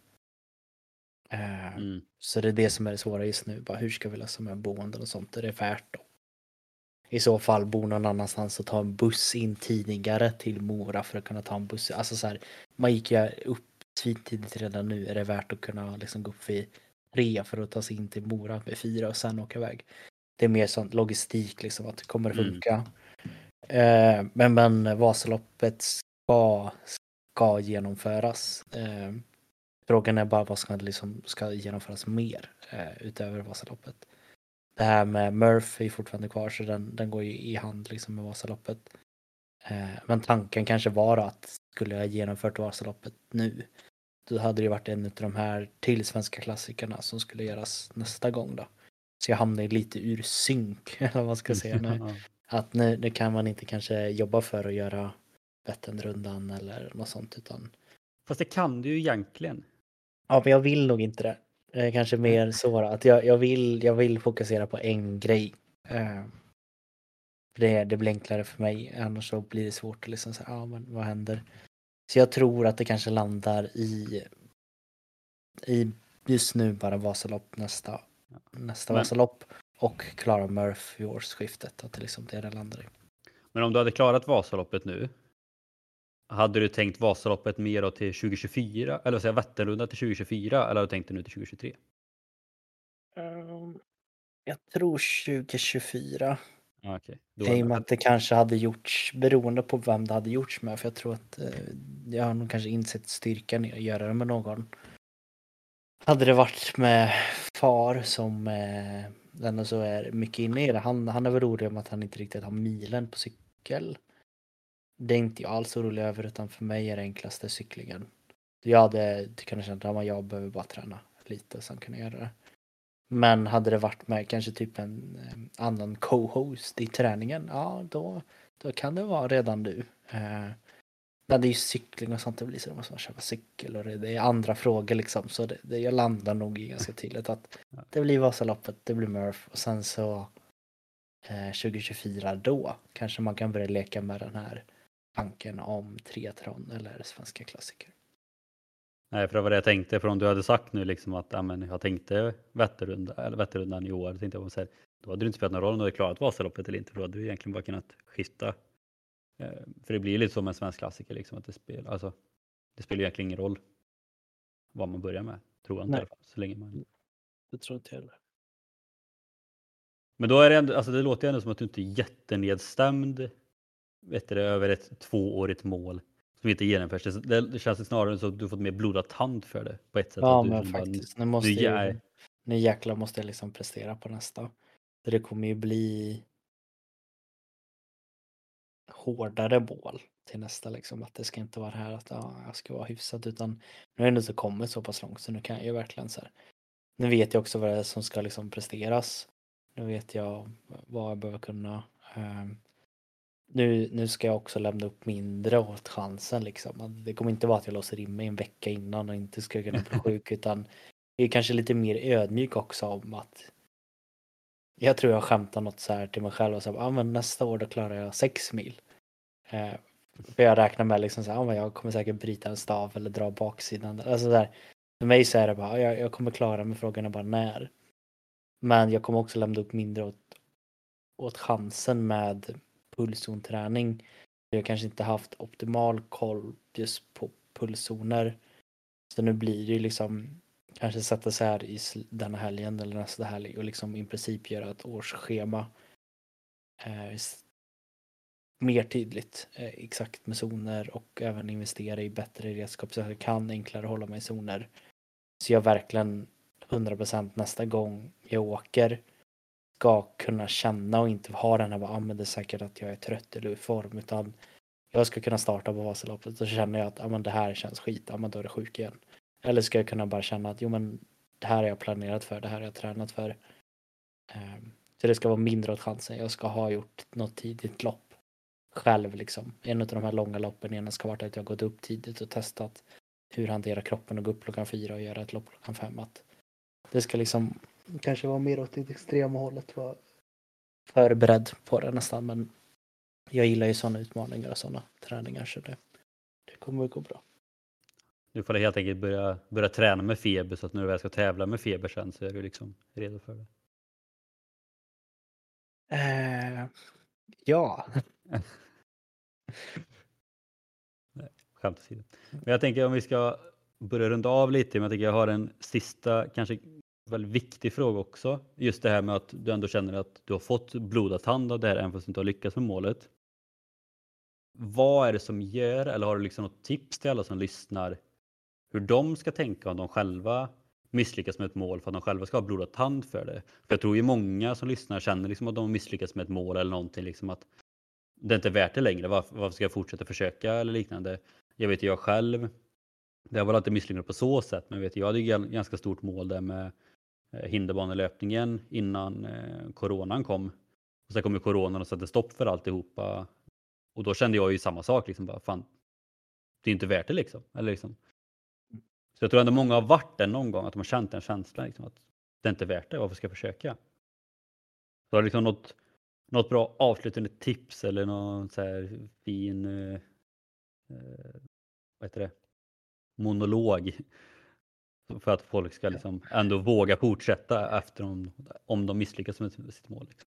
Så det är det som är det svåra just nu. Bara, hur ska vi lösa med boenden och sånt? Är det värt då? I så fall bo någon annanstans och ta en buss in tidigare till Mora för att kunna ta en buss. Alltså så här, man gick ju upp tidigt redan nu. Är det värt att kunna liksom gå upp vid 3 för att ta sig in till Mora vid 4 och sen åka iväg? Det är mer sånt logistik liksom, att det kommer att funka. Men Vasaloppet ska genomföras. Frågan är bara vad ska genomföras mer utöver Vasaloppet. Det här med Murph är fortfarande kvar, så den går ju i hand liksom med Vasaloppet. Men tanken kanske var att skulle jag genomfört Vasaloppet nu, då hade det varit en av de här till svenska klassikerna som skulle göras nästa gång då. Så jag hamnar lite ur synk, eller vad man ska säga nu. Att nu kan man inte kanske jobba för att göra Vätternrundan eller något sånt, utan... Fast det kan du ju egentligen. Ja, men jag vill nog inte det. Kanske mer så att jag vill fokusera på en grej. Det blir enklare för mig, annars så blir det svårt att liksom säga, ja men vad händer? Så jag tror att det kanske landar i just nu bara Vasalopp nästa Vasalopp och klara Murph vid årsskiftet, att det liksom det landar i. Men om du hade klarat Vasaloppet nu, hade du tänkt Vasaloppet mer då till 2024, eller vad säger Vätternrundan till 2024, eller hade du tänkt det nu till 2023? Jag tror 2024. Okay. I och med att det kanske hade gjorts, beroende på vem det hade gjorts med, för jag tror att jag har nog kanske insett styrkan i att göra det med någon. Hade det varit med far som den så är mycket inne i det, han är väl orolig om att han inte riktigt har milen på cykel. Det är inte jag alls orolig över, utan för mig är det enklaste cyklingen. Jag hade kunnat känna att jag behöver bara träna lite och sen kunna göra det. Men hade det varit med kanske typ en annan co-host i träningen, ja då kan det vara redan nu. Men det är ju cykling och sånt, det blir så, måste man köpa cykel och det är andra frågor liksom, så jag landar nog i ganska tydligt att det blir Vasaloppet, det blir Murph och sen så 2024 då kanske man kan börja leka med den här tanken om triathlon eller svenska klassiker. Nej, för det var det jag tänkte, för om du hade sagt nu liksom att jag tänkte Vätternrundan i år, tänkte jag, då hade du inte spelat någon roll om du hade klarat Vasaloppet eller inte, för då hade du egentligen bara kunnat skifta. För det blir lite som en svensk klassiker liksom, att det spelar egentligen ingen roll vad man börjar med, tror jag inte i alla fall, så länge man... Det tror inte jag heller. Men då är det ändå, alltså det låter ju ändå som att du inte är jättenedstämd, över ett 2-årigt mål som inte genomförs. Det känns snarare som att du fått mer blodad tand för det på ett sätt. Ja, att du men faktiskt. Nu jäklar måste jag liksom prestera på nästa. Så det kommer ju bli hårdare mål till nästa liksom. Att det ska inte vara här att jag ska vara hyfsad, utan nu har jag ändå så kommit så pass långt, så nu kan jag ju verkligen så här. Nu vet jag också vad det är som ska liksom presteras. Nu vet jag vad jag behöver kunna. Nu ska jag också lämna upp mindre åt chansen liksom. Det kommer inte vara att jag låser in mig en vecka innan och inte ska kunna bli sjuk, utan jag är kanske lite mer ödmjuk också om att jag tror jag skämtar något så här till mig själv och så men nästa år då klarar jag 6 mil. För jag räknar med liksom så här, jag kommer säkert bryta en stav eller dra baksidan. Alltså där, för mig så är det bara, jag kommer klara mig, frågan är bara när. Men jag kommer också lämna upp mindre åt chansen med pulszonträning. Jag kanske inte haft optimal koll just på pulszoner. Så nu blir det ju liksom kanske sätta sig här i denna helgen eller nästa helg och liksom i princip göra ett årsschema mer tydligt exakt med zoner, och även investera i bättre redskap så att jag kan enklare hålla mig i zoner. Så jag verkligen 100% nästa gång jag åker ska kunna känna och inte ha den här men det är säkert att jag är trött eller i form, utan jag ska kunna starta på Vasaloppet och så känner jag att det här känns skit, men då är det sjuk igen. Eller ska jag kunna bara känna att det här har jag planerat för, det här har jag tränat för. Så det ska vara mindre åt chansen. Jag ska ha gjort något tidigt lopp själv liksom. En av de här långa loppen ena ska vara att jag gått upp tidigt och testat hur hantera kroppen och gå upp klockan 4 och göra ett lopp klockan 5. Att det ska liksom kanske vara mer åt det extrema hållet, vara förberedd på det nästan, men jag gillar ju sådana utmaningar och sådana träningar, så det kommer att gå bra. Du får helt enkelt börja träna med feber så att när du väl ska tävla med feber sen så är du liksom redo för det. Ja. Skämt åsido. Men jag tänker om vi ska börja runda av lite, men jag tänker jag har en sista kanske väldigt viktig fråga också. Just det här med att du ändå känner att du har fått blodad tand av det här även fast du inte har lyckats med målet. Vad är det som gör, eller har du liksom något tips till alla som lyssnar hur de ska tänka om de själva misslyckas med ett mål för att de själva ska ha blodad tand för det? För jag tror ju många som lyssnar känner liksom att de misslyckas med ett mål eller någonting, liksom att det är inte värt det längre. Varför ska jag fortsätta försöka eller liknande? Jag vet ju jag själv, det har väl inte misslyckats på så sätt, men jag hade ju ganska stort mål där med hinderbanelöpningen innan coronan kom. Och sen kom ju coronan och satte stopp för alltihopa. Och då kände jag ju samma sak, liksom bara fan, det är inte värt det liksom. Eller liksom. Så jag tror ändå många har varit där någon gång, att de har känt den känslan liksom, att det är inte värt det, varför ska jag försöka? Så har liksom något bra avslutande tips eller någon så här fin vad heter det? Monolog för att folk ska liksom ändå våga fortsätta efter om de misslyckas med sitt mål. Liksom.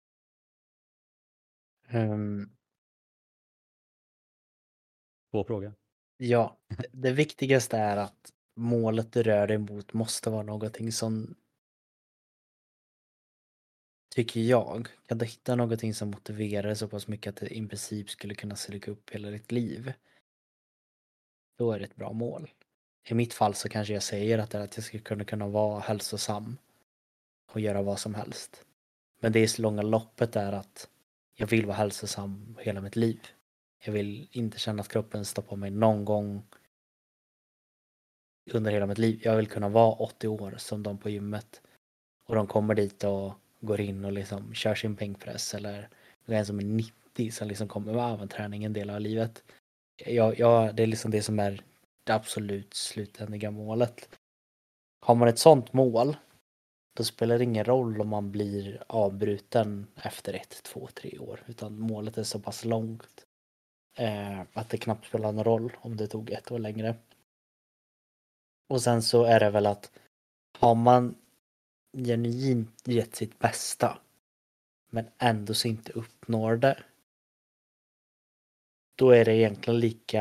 Två frågor. Ja, det viktigaste är att målet du rör dig mot måste vara någonting som, tycker jag, kan du hitta någonting som motiverar dig så pass mycket att det i princip skulle kunna sluka upp hela ditt liv. Då är det ett bra mål. I mitt fall så kanske jag säger att jag skulle kunna vara hälsosam och göra vad som helst. Men det är så långa loppet är att jag vill vara hälsosam hela mitt liv. Jag vill inte känna att kroppen stoppar mig någon gång under hela mitt liv. Jag vill kunna vara 80 år som de på gymmet. Och de kommer dit och går in och liksom kör sin bänkpress. Eller en som är 90 som liksom kommer med träning en del av livet. Det är liksom det som är det absolut slutändiga målet. Har man ett sånt mål, då spelar det ingen roll om man blir avbruten efter 1, 2, 3 år. Utan målet är så pass långt att det knappt spelar någon roll om det tog 1 år längre. Och sen så är det väl att har man genuint gett sitt bästa men ändå så inte uppnår det, då är det egentligen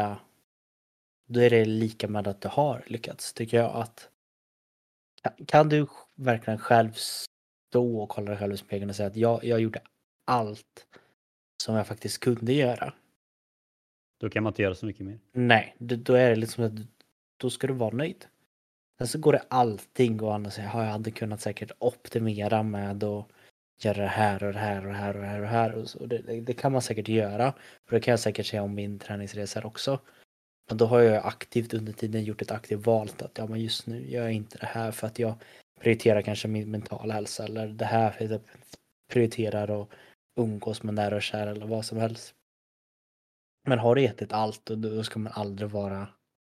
lika med att du har lyckats, tycker jag. Att kan du verkligen själv stå och kolla dig själv i spegeln och säga att jag gjorde allt som jag faktiskt kunde göra. Då kan man inte göra så mycket mer. Nej, då är det liksom att då ska du vara nöjd. Sen så går det allting och annars säger jag hade kunnat säkert optimera med att göra det här och det här och det här och det här och det här. Och så. Det kan man säkert göra. För det kan jag säkert säga om min träningsresa också. Men då har jag aktivt under tiden gjort ett aktivt val att ja, men just nu gör jag inte det här för att jag prioriterar kanske min mentala hälsa eller det här för att jag prioriterar att umgås med nära och kära eller vad som helst. Men har du gett allt och då ska man aldrig vara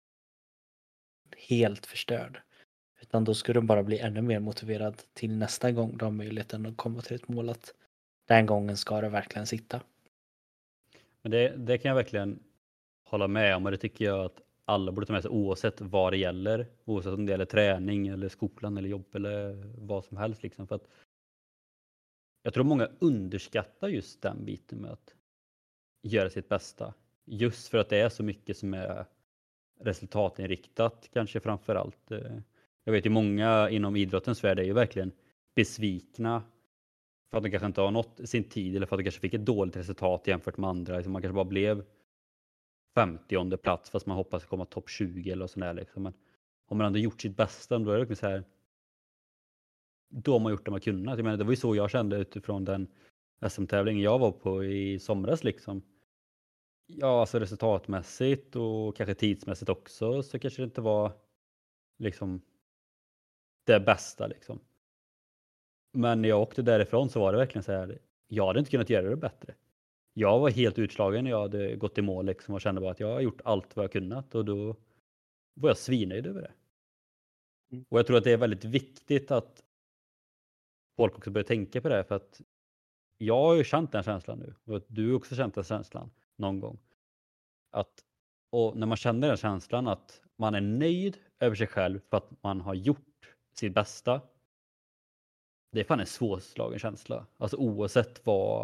helt förstörd. Utan då ska du bara bli ännu mer motiverad till nästa gång du har möjligheten att komma till ett mål att den gången ska det verkligen sitta. Men det kan jag verkligen hålla med om, och det tycker jag att alla borde ta med sig oavsett vad det gäller. Oavsett om det gäller träning eller skolan eller jobb eller vad som helst. Liksom. För att jag tror många underskattar just den biten med att göra sitt bästa. Just för att det är så mycket som är resultatinriktat kanske framför allt. Jag vet ju många inom idrottens värld är ju verkligen besvikna för att de kanske inte har nått sin tid eller för att de kanske fick ett dåligt resultat jämfört med andra. Liksom man kanske bara blev 50:e plats fast man hoppas komma topp 20 eller sådär. Liksom. Men om man ändå gjort sitt bästa, då är det liksom så här. Då har man gjort det man kunnat. Jag menar, det var ju så jag kände utifrån den SM-tävlingen jag var på i somras. Liksom. Ja, alltså resultatmässigt och kanske tidsmässigt också så kanske det inte var liksom det bästa. Liksom. Men när jag åkte därifrån så var det verkligen så här. Jag hade inte kunnat göra det bättre. Jag var helt utslagen när jag hade gått i mål liksom, och kände bara att jag har gjort allt vad jag kunnat och då var jag svinnöjd över det. Och jag tror att det är väldigt viktigt att folk också börjar tänka på det, för att jag har ju känt den känslan nu och att du också känt den känslan någon gång. Att Och när man känner den känslan att man är nöjd över sig själv för att man har gjort sitt bästa. Det är fan en svårslagen känsla. Alltså oavsett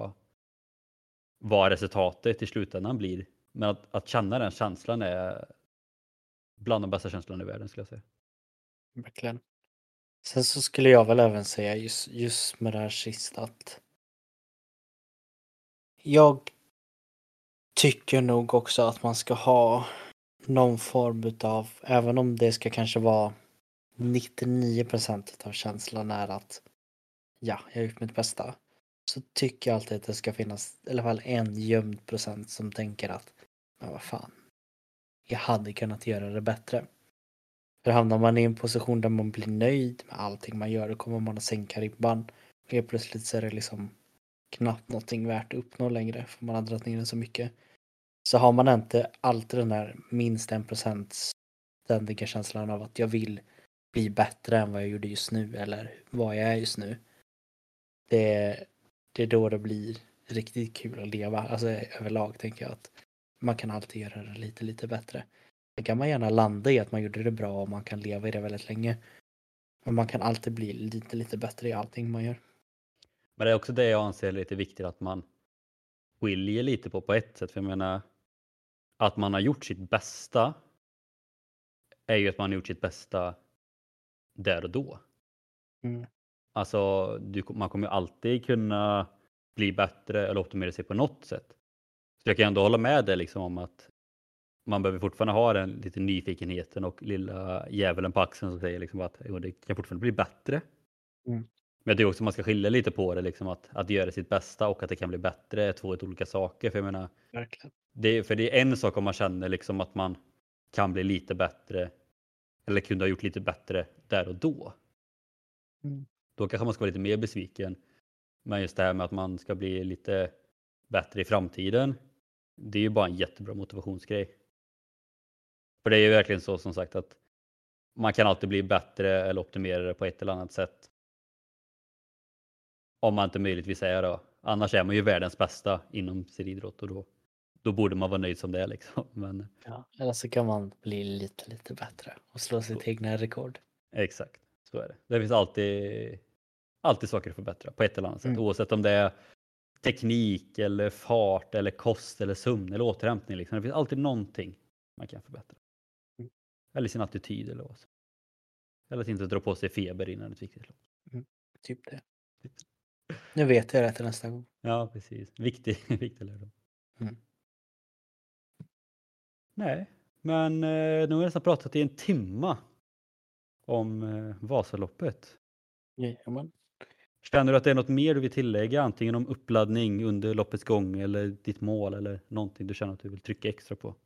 vad resultatet i slutändan blir. Men att känna den känslan är bland de bästa känslorna i världen skulle jag säga. Verkligen. Sen så skulle jag väl även säga just med det här sista att jag tycker nog också att man ska ha någon form utav, även om det ska kanske vara 99% av känslan är att ja, jag har gjort mitt bästa. Så tycker jag alltid att det ska finnas i alla fall en gömd procent som tänker att men vad fan, jag hade kunnat göra det bättre. För hamnar man i en position där man blir nöjd med allting man gör, då kommer man att sänka ribban. Helt plötsligt så är det liksom knappt någonting värt att uppnå längre, för man har dragit ner den så mycket. Så har man inte alltid den där minst 1% ständiga känslan av att jag vill bli bättre än vad jag gjorde just nu, eller vad jag är just nu. Det är då det blir riktigt kul att leva. Alltså överlag tänker jag att man kan alltid göra det lite bättre. Det kan man gärna landa i att man gjorde det bra och man kan leva i det väldigt länge. Men man kan alltid bli lite bättre i allting man gör. Men det är också det jag anser är lite viktigt att man skiljer lite på ett sätt. För jag menar, att man har gjort sitt bästa är ju att man har gjort sitt bästa där och då. Mm. Alltså man kommer ju alltid kunna bli bättre eller optimera sig på något sätt. Så jag kan ändå hålla med dig liksom om att man behöver fortfarande ha den lite nyfikenheten och lilla djävulen på axeln som säger liksom att jo, det kan fortfarande bli bättre. Mm. Men jag tycker också att man ska skilja lite på det liksom att göra sitt bästa och att det kan bli bättre är två olika saker. För jag menar, Verkligen. det är en sak om man känner liksom att man kan bli lite bättre eller kunde ha gjort lite bättre där och då. Mm. Då kanske man ska vara lite mer besviken. Men just det här med att man ska bli lite bättre i framtiden. Det är ju bara en jättebra motivationsgrej. För det är ju verkligen så som sagt att man kan alltid bli bättre eller optimera det på ett eller annat sätt. Om man inte möjligtvis är då. Annars är man ju världens bästa inom sin idrott och då borde man vara nöjd som det är liksom. Men Ja, eller så kan man bli lite bättre och slå sitt egna rekord. exakt, så är det. Det finns alltid saker att förbättra på ett eller annat sätt. Mm. Oavsett om det är teknik eller fart eller kost eller sömn eller återhämtning. Liksom. Det finns alltid någonting man kan förbättra. Mm. Eller sin attityd eller vad som. Eller att inte dra på sig feber innan ett viktigt lopp. Typ det. Nu vet jag det till nästa gång. Ja, precis. Viktig lärdom. Mm. Nej, men nu har vi nästan pratat i en timma om Vasaloppet. Jajamän. Känner du att det är något mer du vill tillägga? Antingen om uppladdning under loppets gång eller ditt mål eller någonting du känner att du vill trycka extra på?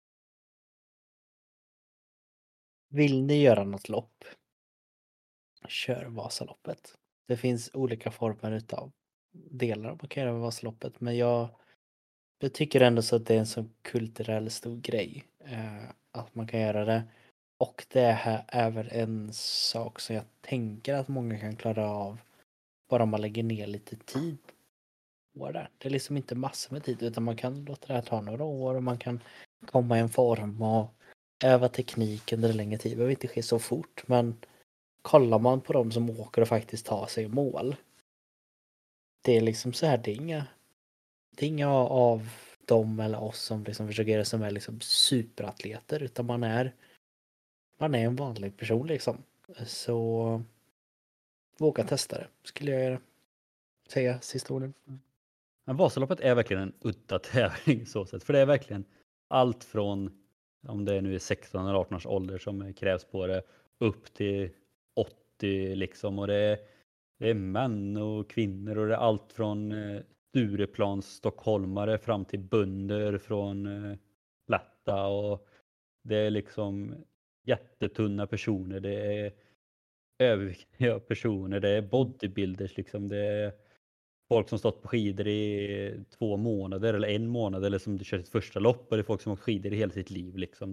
Vill ni göra något lopp? Kör Vasaloppet. Det finns olika former utav delar man kan göra med Vasaloppet, men jag tycker ändå så att det är en så kulturell stor grej att man kan göra det. Och det här är väl en sak som jag tänker att många kan klara av bara man lägger ner lite tid på det. Det är liksom inte massor med tid, utan man kan låta det här ta några år och man kan komma i en form och öva teknik under en längre tid. Det behöver inte ske så fort, men kollar man på dem som åker och faktiskt tar sig i mål. Det är liksom så här, det är inga av dem eller oss som liksom försöker göra som är liksom superatleter, utan man är en vanlig person liksom. Så våga testa det, skulle jag säga sista orden. Men Vasaloppet är verkligen en udda tävling så sätt. För det är verkligen allt från om det nu är 16 eller 18 års ålder som krävs på det upp till 80 liksom. Och det är män och kvinnor och det är allt från Stureplans stockholmare fram till bönder från Latta och det är liksom jättetunna personer. Det är överviktiga personer. Det är bodybuilders liksom. Det är folk som stått på skidor i 2 månader eller 1 månad eller som kört sitt första lopp och det är folk som åkt skidor i hela sitt liv liksom.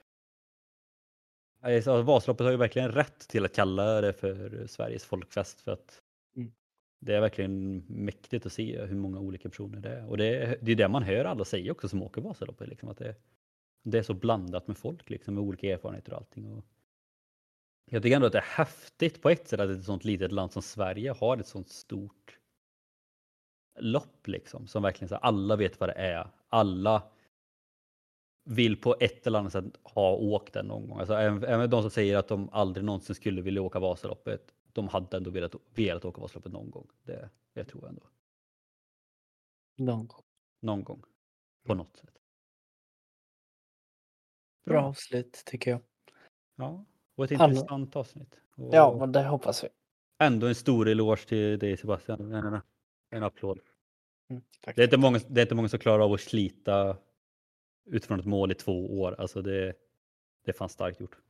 Alltså, Vasaloppet har ju verkligen rätt till att kalla det för Sveriges folkfest för att det är verkligen mäktigt att se hur många olika personer det är. Och det är det man hör alla säga också som åker Vasaloppet liksom, att Det är så blandat med folk liksom, med olika erfarenheter och allting. Och jag tycker ändå att det är häftigt på ett sätt att ett sånt litet land som Sverige har ett sånt stort lopp liksom, som verkligen så här, alla vet vad det är. Alla vill på ett eller annat sätt ha åkt den någon gång. Alltså, även de som säger att de aldrig någonsin skulle vilja åka Vasaloppet, de hade ändå velat åka Vasaloppet någon gång. Det tror jag ändå. Någon gång. På något sätt. Bra avslut tycker jag. Ja, och ett intressant avsnitt. Och ja, men det hoppas vi. Ändå en stor eloge till dig Sebastian. En applåd. Tack. Det är inte många som klarar av att slita utifrån ett mål i 2 år. Alltså det är fan starkt gjort.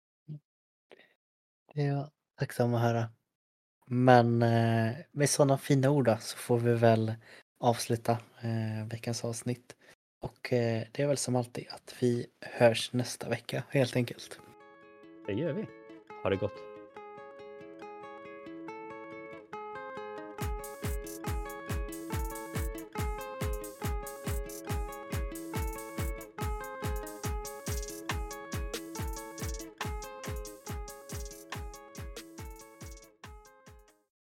Det är jag tacksam att höra. Men med sådana fina ord då, så får vi väl avsluta veckans avsnitt. Och det är väl som alltid att vi hörs nästa vecka helt enkelt. Det gör vi. Ha det gott.